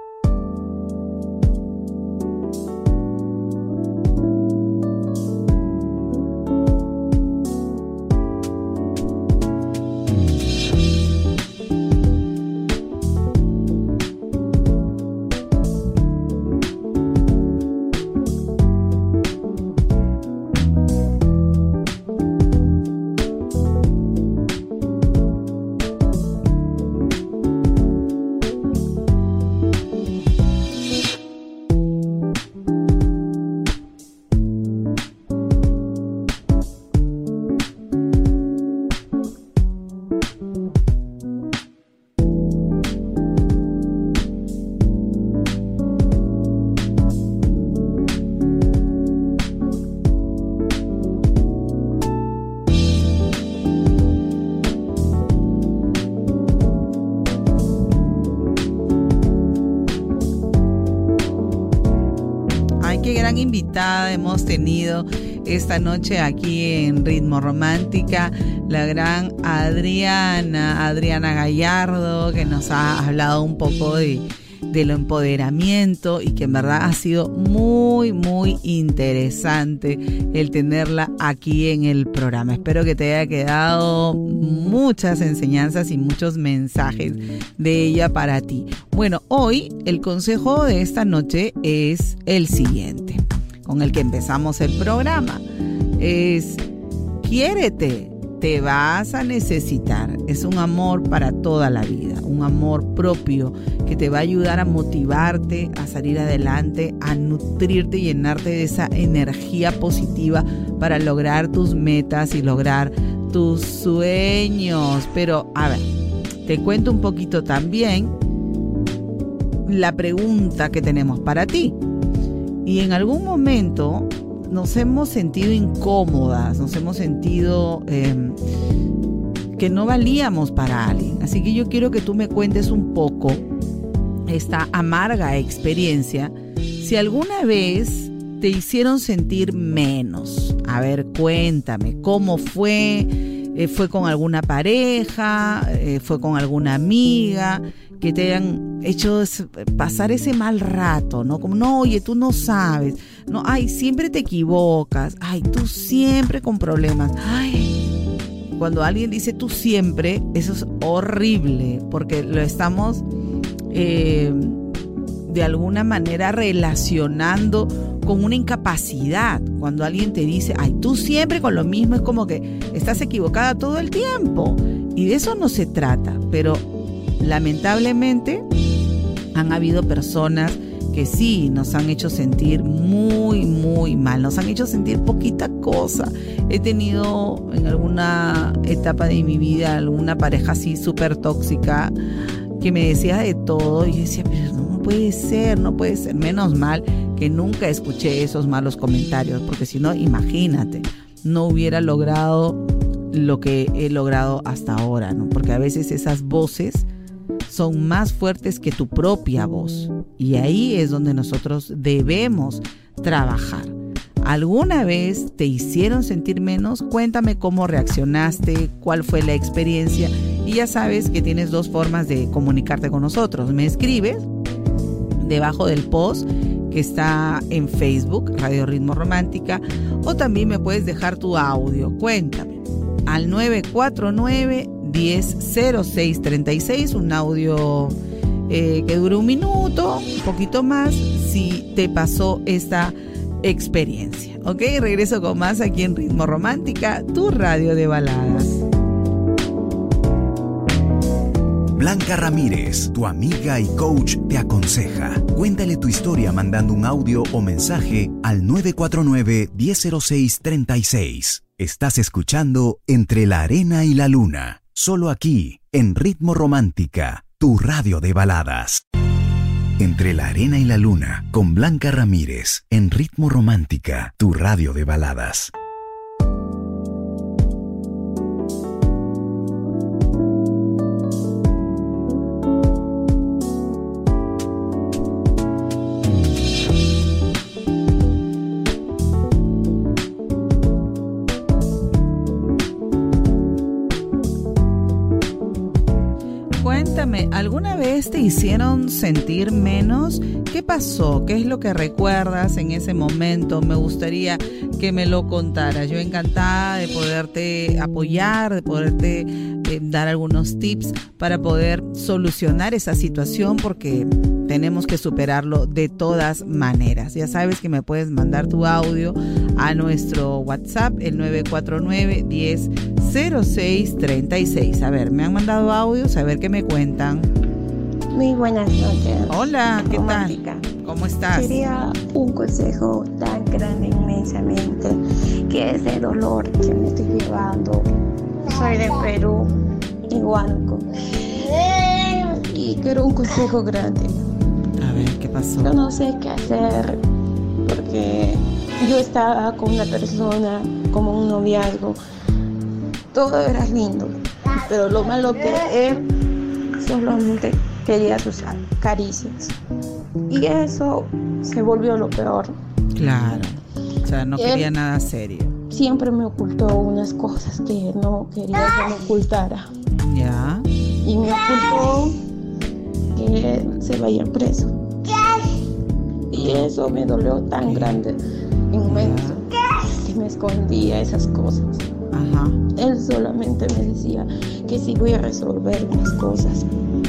Invitada hemos tenido esta noche aquí en Ritmo Romántica, la gran Adriana, Adriana Gallardo, que nos ha hablado un poco de, del empoderamiento y que en verdad ha sido muy, muy interesante el tenerla aquí en el programa. Espero que te haya quedado muchas enseñanzas y muchos mensajes de ella para ti. Bueno, hoy el consejo de esta noche es el siguiente, con el que empezamos el programa. Es: quiérete, te vas a necesitar. Es un amor para toda la vida, un amor propio que te va a ayudar a motivarte, a salir adelante, a nutrirte y llenarte de esa energía positiva para lograr tus metas y lograr tus sueños. Pero, a ver, te cuento un poquito también la pregunta que tenemos para ti. Y en algún momento nos hemos sentido incómodas, nos hemos sentido eh, que no valíamos para alguien. Así que yo quiero que tú me cuentes un poco esta amarga experiencia, si alguna vez te hicieron sentir menos. A ver, cuéntame, ¿cómo fue? Eh, ¿Fue con alguna pareja? Eh, ¿Fue con alguna amiga? Que te hayan hecho pasar ese mal rato, ¿no? Como, no, oye, tú no sabes. No, ay, siempre te equivocas. Ay, tú siempre con problemas. Ay, cuando alguien dice tú siempre, eso es horrible, porque lo estamos eh, de alguna manera relacionando con una incapacidad. Cuando alguien te dice, ay, tú siempre con lo mismo, es como que estás equivocada todo el tiempo. Y de eso no se trata, pero lamentablemente han habido personas que sí nos han hecho sentir muy, muy mal, nos han hecho sentir poquita cosa. He tenido en alguna etapa de mi vida alguna pareja así súper tóxica que me decía de todo y yo decía, pero no puede ser, no puede ser. Menos mal que nunca escuché esos malos comentarios, porque si no, imagínate, no hubiera logrado lo que he logrado hasta ahora, ¿no? Porque a veces esas voces son más fuertes que tu propia voz, y ahí es donde nosotros debemos trabajar. ¿Alguna vez te hicieron sentir menos? Cuéntame cómo reaccionaste, cuál fue la experiencia, y ya sabes que tienes dos formas de comunicarte con nosotros. Me escribes debajo del post que está en Facebook, Radio Ritmo Romántica, o también me puedes dejar tu audio. Cuéntame al nueve cuatro nueve, diez, cero seis, treinta y seis, un audio eh, que dure un minuto, un poquito más, si te pasó esta experiencia. Ok, regreso con más aquí en Ritmo Romántica, tu radio de baladas. Blanca Ramírez, tu amiga y coach, te aconseja. Cuéntale tu historia mandando un audio o mensaje al nueve cuatro nueve, diez, cero seis, treinta y seis. Estás escuchando Entre la Arena y la Luna, solo aquí en Ritmo Romántica, tu radio de baladas. Entre la Arena y la Luna, con Blanca Ramírez, en Ritmo Romántica, tu radio de baladas. ¿Alguna vez te hicieron sentir menos? ¿Qué pasó? ¿Qué es lo que recuerdas en ese momento? Me gustaría que me lo contaras. Yo encantada de poderte apoyar, de poderte eh, dar algunos tips para poder solucionar esa situación, porque tenemos que superarlo de todas maneras. Ya sabes que me puedes mandar tu audio a nuestro WhatsApp, el nueve cuatro nueve, diez, cero seis, treinta y seis. A ver, me han mandado audios, a ver qué me cuentan. Muy buenas noches. Hola, ¿qué Romántica. tal? ¿Cómo estás? Quería un consejo tan grande, inmensamente, que es el dolor que me estoy llevando. Soy de Perú, Igualco, y quiero un consejo grande. A ver, ¿qué pasó? Yo no sé qué hacer, porque yo estaba con una persona, como un noviazgo, todo era lindo, pero lo malo que él solamente quería sus caricias, y eso se volvió lo peor. Claro, o sea, no él quería nada serio. Siempre me ocultó unas cosas que no quería que me ocultara. Ya. Y me ocultó que que él se vaya preso. Y eso me dolió tan grande, inmenso, que me escondía esas cosas. Ajá. Él solamente me decía que sí voy a resolver las cosas.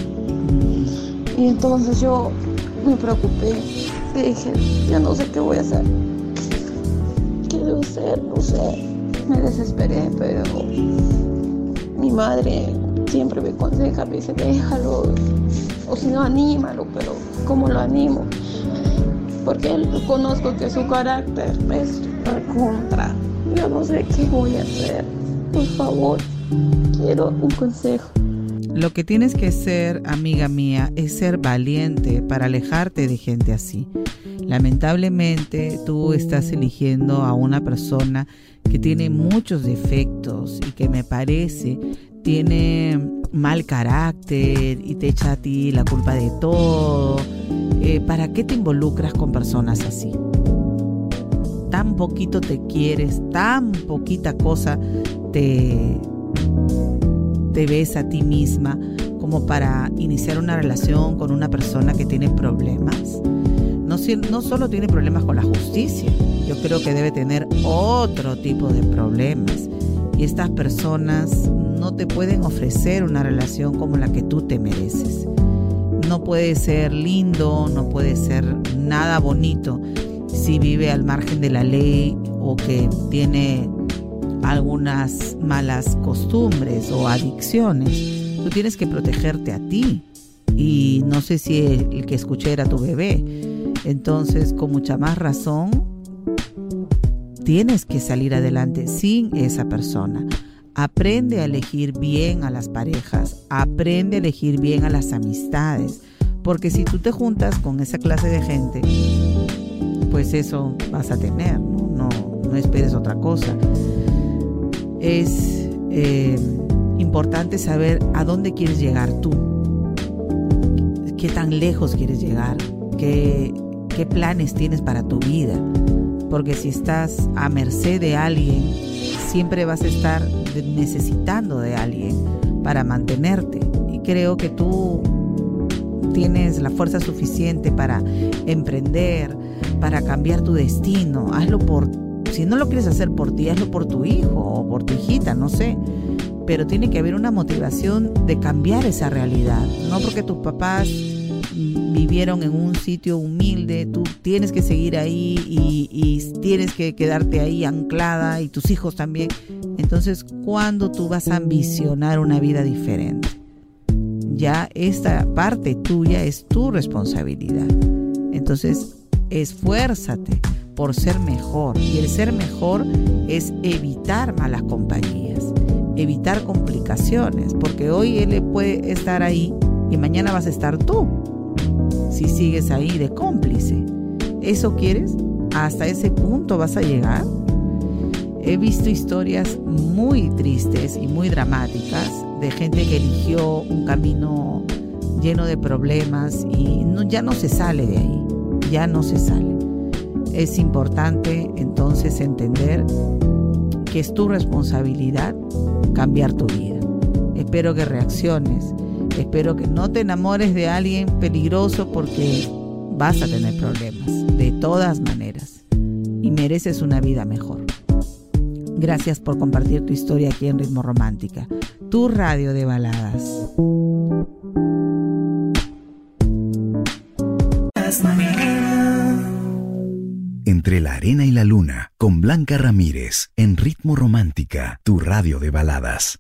Y entonces yo me preocupé. Dije, ya no sé qué voy a hacer. ¿Qué debo hacer? No sé. Me desesperé, pero mi madre siempre me aconseja, me dice, déjalo. O si no, anímalo, pero ¿cómo lo animo? Porque él, conozco que su carácter es recontra. Yo no sé qué voy a hacer. Por favor, quiero un consejo. Lo que tienes que ser, amiga mía, es ser valiente para alejarte de gente así. Lamentablemente, tú estás eligiendo a una persona que tiene muchos defectos y que me parece tiene mal carácter y te echa a ti la culpa de todo. Eh, ¿Para qué te involucras con personas así? Tan poquito te quieres, tan poquita cosa te, te ves a ti misma como para iniciar una relación con una persona que tiene problemas. No, no solo tiene problemas con la justicia, yo creo que debe tener otro tipo de problemas. Y estas personas no te pueden ofrecer una relación como la que tú te mereces. No puede ser lindo, no puede ser nada bonito si vive al margen de la ley o que tiene algunas malas costumbres o adicciones. Tú tienes que protegerte a ti. Y no sé si el, el que escuché era tu bebé. Entonces, con mucha más razón, tienes que salir adelante sin esa persona. Aprende a elegir bien a las parejas, aprende a elegir bien a las amistades, porque si tú te juntas con esa clase de gente, pues eso vas a tener, no, no, no esperes otra cosa. Es eh, importante saber a dónde quieres llegar tú, qué tan lejos quieres llegar, qué, qué planes tienes para tu vida. Porque si estás a merced de alguien, siempre vas a estar necesitando de alguien para mantenerte. Y creo que tú tienes la fuerza suficiente para emprender, para cambiar tu destino. Hazlo por, si no lo quieres hacer por ti, hazlo por tu hijo o por tu hijita, no sé. Pero tiene que haber una motivación de cambiar esa realidad. No porque tus papás vivieron en un sitio humilde, tú tienes que seguir ahí y, y tienes que quedarte ahí anclada, y tus hijos también. Entonces, ¿cuándo tú vas a ambicionar una vida diferente? Ya esta parte tuya es tu responsabilidad. Entonces, esfuérzate por ser mejor. Y el ser mejor es evitar malas compañías, evitar complicaciones, porque hoy él puede estar ahí y mañana vas a estar tú. Si sigues ahí de cómplice, ¿eso quieres? ¿Hasta ese punto vas a llegar? He visto historias muy tristes y muy dramáticas de gente que eligió un camino lleno de problemas y no, ya no se sale de ahí, ya no se sale. Es importante entonces entender que es tu responsabilidad cambiar tu vida. Espero que reacciones. Espero que no te enamores de alguien peligroso, porque vas a tener problemas de todas maneras y mereces una vida mejor. Gracias por compartir tu historia aquí en Ritmo Romántica, tu radio de baladas. Entre la arena y la luna, con Blanca Ramírez, en Ritmo Romántica, tu radio de baladas.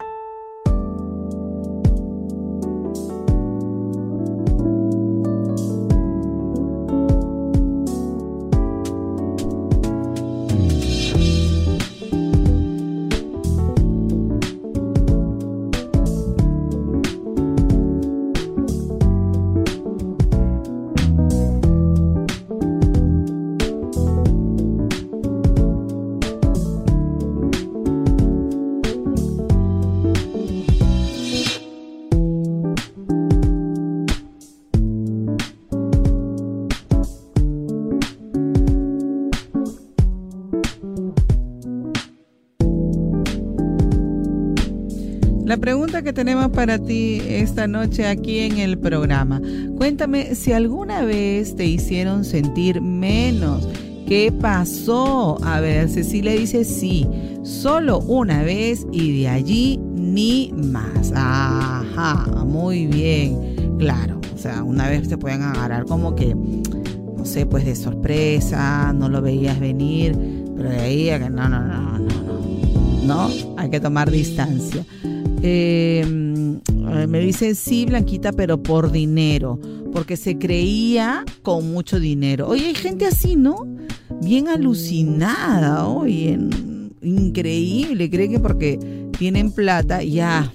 La pregunta que tenemos para ti esta noche aquí en el programa. Cuéntame si alguna vez te hicieron sentir menos. ¿Qué pasó? A ver, Cecilia dice sí, solo una vez y de allí ni más. Ajá, muy bien. Claro, o sea, una vez te pueden agarrar como que, no sé, pues de sorpresa, no lo veías venir, pero de ahí a que no, no, no, no, no, no, hay que tomar distancia. Eh, me dice sí, Blanquita, pero por dinero, porque se creía con mucho dinero. Oye, hay gente así, ¿no? Bien alucinada, oye, increíble, cree que porque tienen plata ya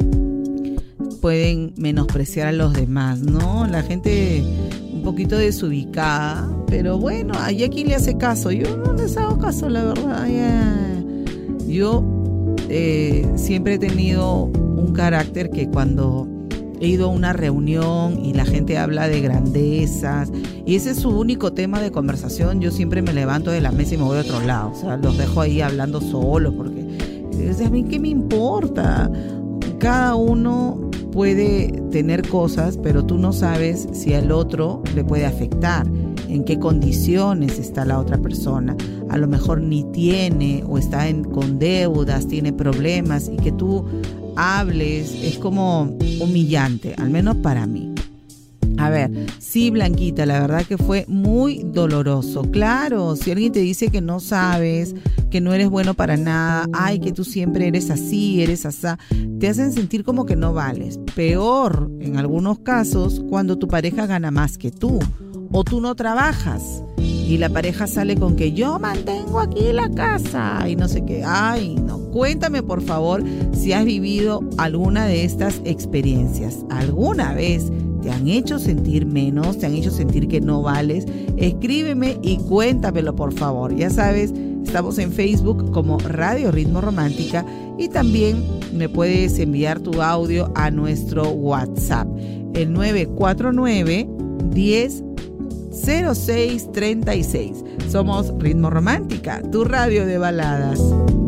pueden menospreciar a los demás, ¿no? La gente un poquito desubicada, pero bueno, hay a quien le hace caso. Yo no les hago caso, la verdad. Ya. Yo eh, siempre he tenido un carácter que cuando he ido a una reunión y la gente habla de grandezas y ese es su único tema de conversación, yo siempre me levanto de la mesa y me voy a otro lado. O sea, los dejo ahí hablando solos porque o sea, a mí qué me importa. Cada uno puede tener cosas, pero tú no sabes si al otro le puede afectar, en qué condiciones está la otra persona. A lo mejor ni tiene o está en, con deudas, tiene problemas y que tú hables es como humillante, al menos para mí. A ver, sí, Blanquita, la verdad que fue muy doloroso. Claro, si alguien te dice que no sabes, que no eres bueno para nada, ay, que tú siempre eres así, eres asá, te hacen sentir como que no vales. Peor, en algunos casos, cuando tu pareja gana más que tú o tú no trabajas y la pareja sale con que yo mantengo aquí la casa y no sé qué. Ay, no. Cuéntame, por favor, si has vivido alguna de estas experiencias. ¿Alguna vez te han hecho sentir menos? ¿Te han hecho sentir que no vales? Escríbeme y cuéntamelo, por favor. Ya sabes, estamos en Facebook como Radio Ritmo Romántica y también me puedes enviar tu audio a nuestro WhatsApp, el nueve cuatro nueve, diez, cero seis treinta y seis. Somos Ritmo Romántica, tu radio de baladas.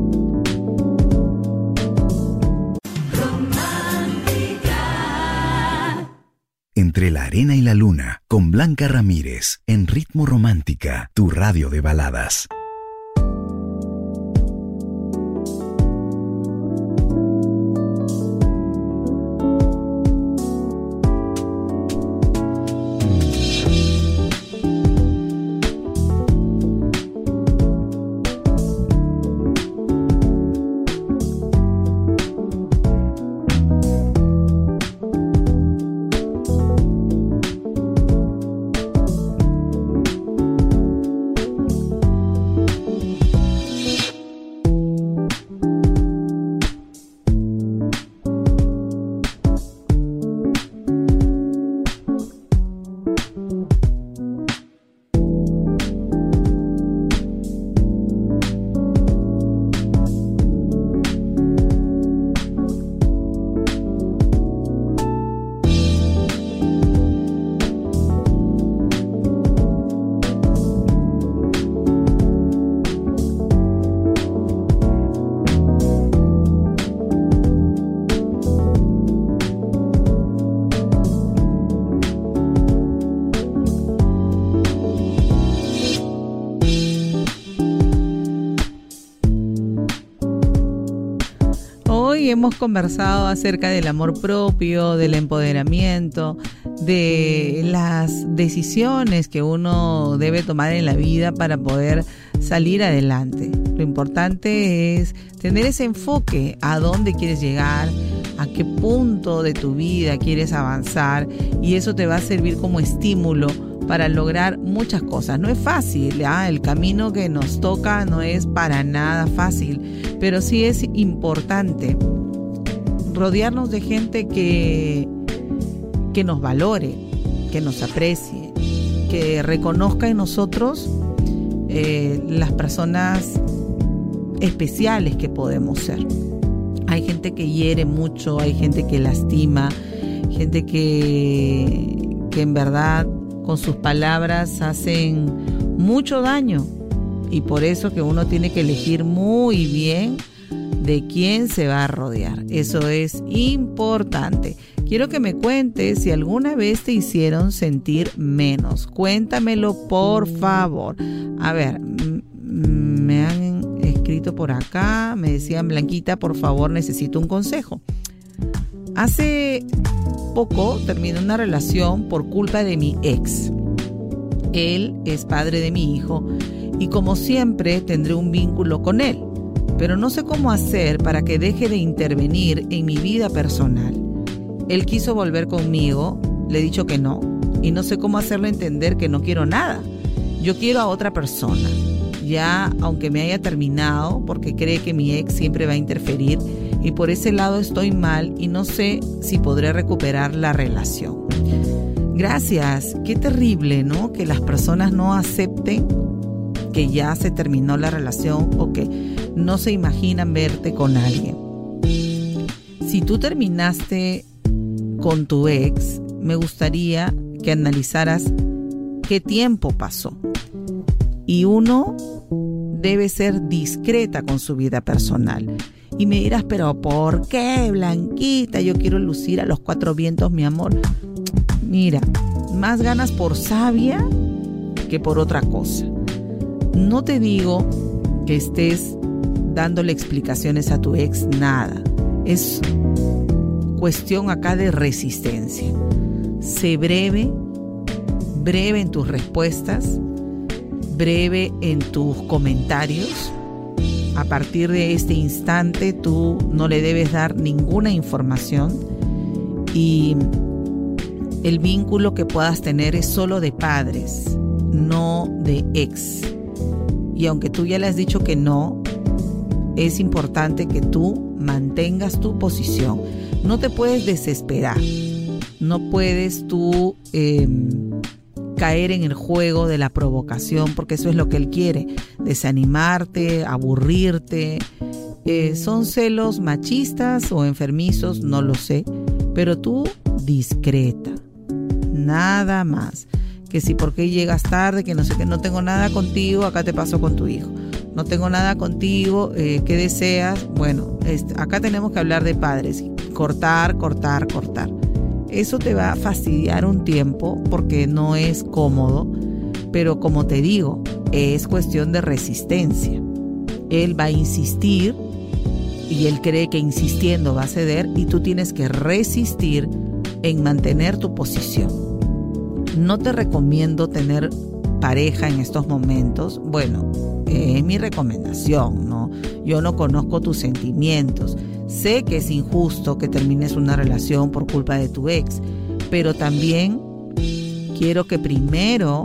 Entre la arena y la luna, con Blanca Ramírez, en Ritmo Romántica, tu radio de baladas. Hemos conversado acerca del amor propio, del empoderamiento, de las decisiones que uno debe tomar en la vida para poder salir adelante. Lo importante es tener ese enfoque a dónde quieres llegar, a qué punto de tu vida quieres avanzar y eso te va a servir como estímulo para lograr muchas cosas. No es fácil, ¿ah? El camino que nos toca no es para nada fácil, pero sí es importante rodearnos de gente que, que nos valore, que nos aprecie, que reconozca en nosotros eh, las personas especiales que podemos ser. Hay gente que hiere mucho, hay gente que lastima, gente que, que en verdad con sus palabras hacen mucho daño y por eso que uno tiene que elegir muy bien de quién se va a rodear. Eso es importante. Quiero que me cuentes si alguna vez te hicieron sentir menos. Cuéntamelo, por favor. A ver, m- me han escrito por acá, me decían: Blanquita, por favor, necesito un consejo. Hace poco terminé una relación por culpa de mi ex. Él es padre de mi hijo y como siempre tendré un vínculo con él, pero no sé cómo hacer para que deje de intervenir en mi vida personal. Él quiso volver conmigo, le he dicho que no, y no sé cómo hacerle entender que no quiero nada. Yo quiero a otra persona, ya aunque me haya terminado, porque cree que mi ex siempre va a interferir, y por ese lado estoy mal y no sé si podré recuperar la relación. Gracias, qué terrible, ¿no? Que las personas no acepten que ya se terminó la relación o que no se imaginan verte con alguien. Si tú terminaste con tu ex, me gustaría que analizaras qué tiempo pasó. Y uno debe ser discreta con su vida personal. Y me dirás, pero ¿por qué, Blanquita? Yo quiero lucir a los cuatro vientos, mi amor. Mira, más ganas por sabia que por otra cosa. No te digo que estés dándole explicaciones a tu ex, nada. Es cuestión acá de resistencia. Sé breve, breve en tus respuestas, breve en tus comentarios. A partir de este instante tú no le debes dar ninguna información y el vínculo que puedas tener es solo de padres, no de ex. Y aunque tú ya le has dicho que no, es importante que tú mantengas tu posición. No te puedes desesperar, no puedes tú eh, caer en el juego de la provocación, porque eso es lo que él quiere, desanimarte, aburrirte. Eh, son celos machistas o enfermizos, no lo sé, pero tú discreta, nada más. Que si por qué llegas tarde, que no sé qué, no tengo nada contigo, acá te paso con tu hijo. No tengo nada contigo, eh, ¿qué deseas? Bueno, este, acá tenemos que hablar de padres. Cortar, cortar, cortar. Eso te va a fastidiar un tiempo porque no es cómodo, pero como te digo, es cuestión de resistencia. Él va a insistir y él cree que insistiendo va a ceder y tú tienes que resistir en mantener tu posición. No te recomiendo tener pareja en estos momentos. Bueno, eh, es mi recomendación, ¿no? Yo no conozco tus sentimientos. Sé que es injusto que termines una relación por culpa de tu ex, pero también quiero que primero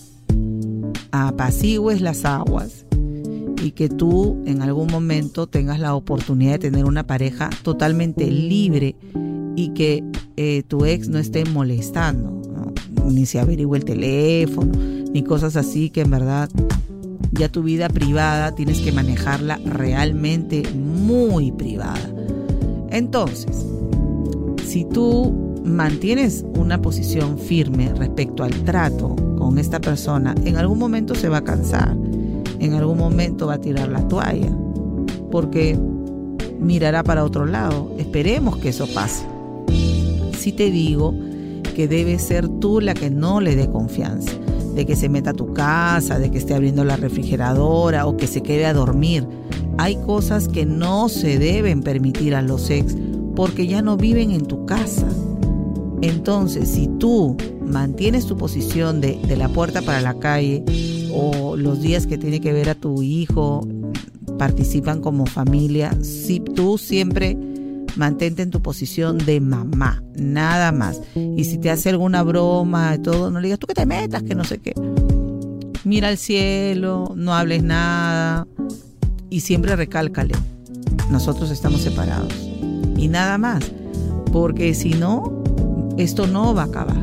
apacigües las aguas y que tú en algún momento tengas la oportunidad de tener una pareja totalmente libre y que eh, tu ex no esté molestando, ¿no? Ni se averigüe el teléfono, ni cosas así que en verdad ya tu vida privada tienes que manejarla realmente muy privada. Entonces, si tú mantienes una posición firme respecto al trato con esta persona, en algún momento se va a cansar, en algún momento va a tirar la toalla, porque mirará para otro lado. Esperemos que eso pase. Sí te digo que debes ser tú la que no le dé confianza, de que se meta a tu casa, de que esté abriendo la refrigeradora o que se quede a dormir. Hay cosas que no se deben permitir a los ex porque ya no viven en tu casa. Entonces, si tú mantienes tu posición de, de la puerta para la calle o los días que tiene que ver a tu hijo, participan como familia, si tú siempre mantente en tu posición de mamá, nada más. Y si te hace alguna broma y todo, no le digas tú que te metas, que no sé qué. Mira al cielo, no hables nada y siempre recálcale, nosotros estamos separados. Y nada más, porque si no, esto no va a acabar.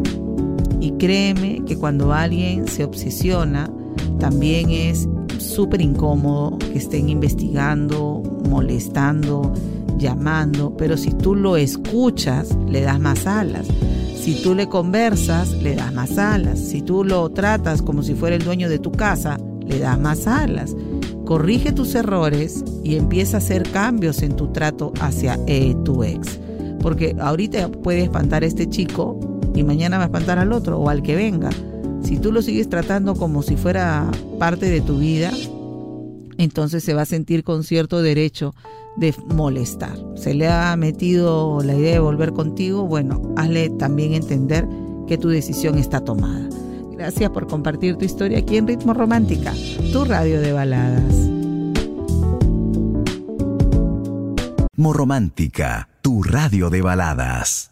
Y créeme que cuando alguien se obsesiona, también es súper incómodo que estén investigando, molestando, llamando, pero si tú lo escuchas, le das más alas. Si tú le conversas, le das más alas. Si tú lo tratas como si fuera el dueño de tu casa, le das más alas. corrige tus errores y empieza a hacer cambios en tu trato hacia eh, tu ex. Porque ahorita puede espantar a este chico y mañana va a espantar al otro o al que venga. Si tú lo sigues tratando como si fuera parte de tu vida, entonces se va a sentir con cierto derecho de molestar. Se le ha metido la idea de volver contigo, bueno, hazle también entender que tu decisión está tomada. Gracias por compartir tu historia aquí en Ritmo Romántica, tu radio de baladas. Ritmo Romántica, tu radio de baladas.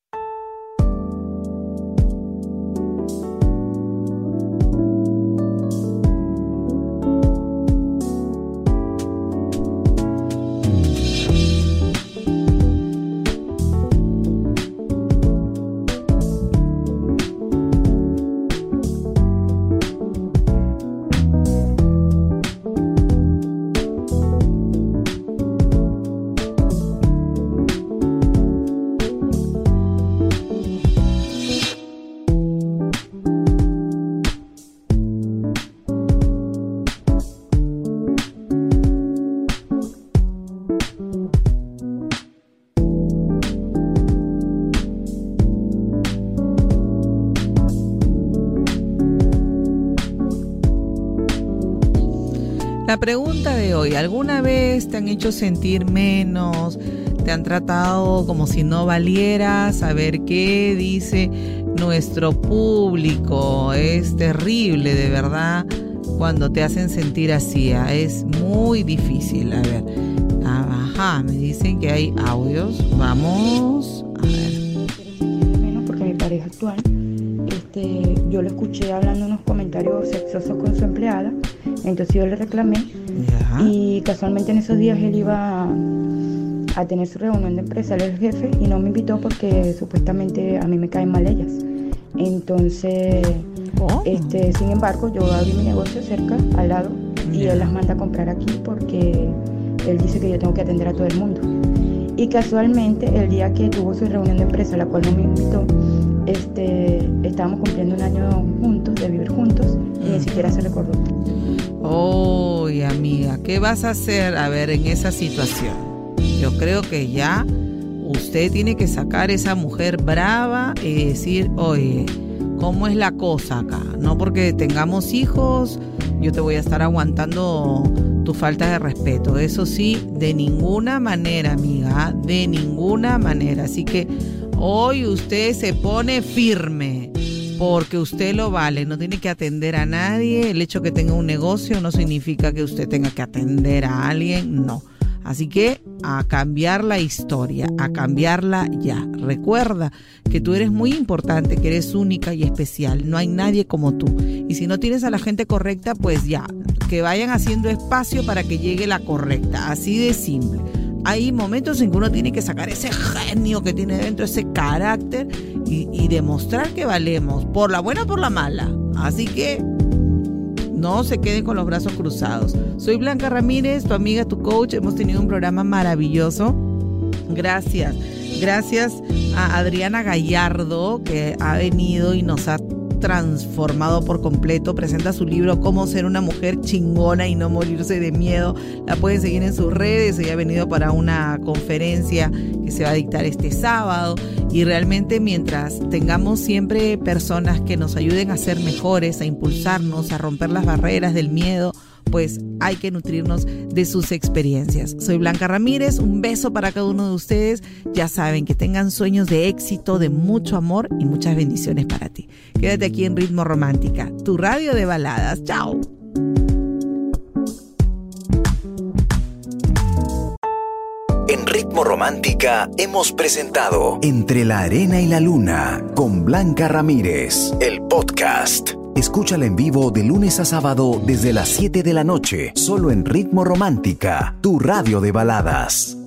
La pregunta de hoy, ¿alguna vez te han hecho sentir menos? ¿Te han tratado como si no valieras? A ver qué dice nuestro público. Es terrible, de verdad, cuando te hacen sentir así. Es muy difícil. A ver, ajá, me dicen que hay audios. Vamos a ver. Menos porque mi pareja actual, este, yo lo escuché hablando unos comentarios sexosos con su empleada. Entonces yo le reclamé. Ya. Y casualmente en esos días él iba a, a tener su reunión de empresa, él es el jefe, y no me invitó porque supuestamente a mí me caen mal ellas. Entonces, oh. este, sin embargo, yo abrí mi negocio cerca, al lado, y yeah. él las manda a comprar aquí porque él dice que yo tengo que atender a todo el mundo. Y casualmente, el día que tuvo su reunión de empresa, la cual no me invitó, este, estábamos cumpliendo un año juntos, de vivir juntos, y ni siquiera se recordó. Oh, amiga, ¿qué vas a hacer, a ver, en esa situación? Yo creo que ya usted tiene que sacar esa mujer brava y decir, oye, ¿cómo es la cosa acá? No porque tengamos hijos, yo te voy a estar aguantando tu falta de respeto. Eso sí, de ninguna manera, amiga, de ninguna manera. Así que hoy usted se pone firme. Porque usted lo vale, no tiene que atender a nadie. El hecho que tenga un negocio no significa que usted tenga que atender a alguien, no. Así que a cambiar la historia, a cambiarla ya. Recuerda que tú eres muy importante, que eres única y especial. No hay nadie como tú. Y si no tienes a la gente correcta, pues ya, que vayan haciendo espacio para que llegue la correcta. Así de simple. Hay momentos en que uno tiene que sacar ese genio que tiene dentro, ese carácter y, y demostrar que valemos, por la buena o por la mala. Así que no se queden con los brazos cruzados. Soy Blanca Ramírez, tu amiga, tu coach. Hemos tenido un programa maravilloso. Gracias. Gracias a Adriana Gallardo, que ha venido y nos ha transformado por completo. Presenta su libro Cómo ser una mujer chingona y no morirse de miedo. La pueden seguir en sus redes. Ella ha venido para una conferencia que se va a dictar este sábado, y realmente mientras tengamos siempre personas que nos ayuden a ser mejores, a impulsarnos, a romper las barreras del miedo, pues hay que nutrirnos de sus experiencias. Soy Blanca Ramírez, un beso para cada uno de ustedes. Ya saben, que tengan sueños de éxito, de mucho amor y muchas bendiciones para ti. Quédate aquí en Ritmo Romántica, tu radio de baladas. ¡Chao! En Ritmo Romántica hemos presentado Entre la arena y la luna con Blanca Ramírez, el podcast. Escúchala en vivo de lunes a sábado desde las siete de la noche, solo en Ritmo Romántica, tu radio de baladas.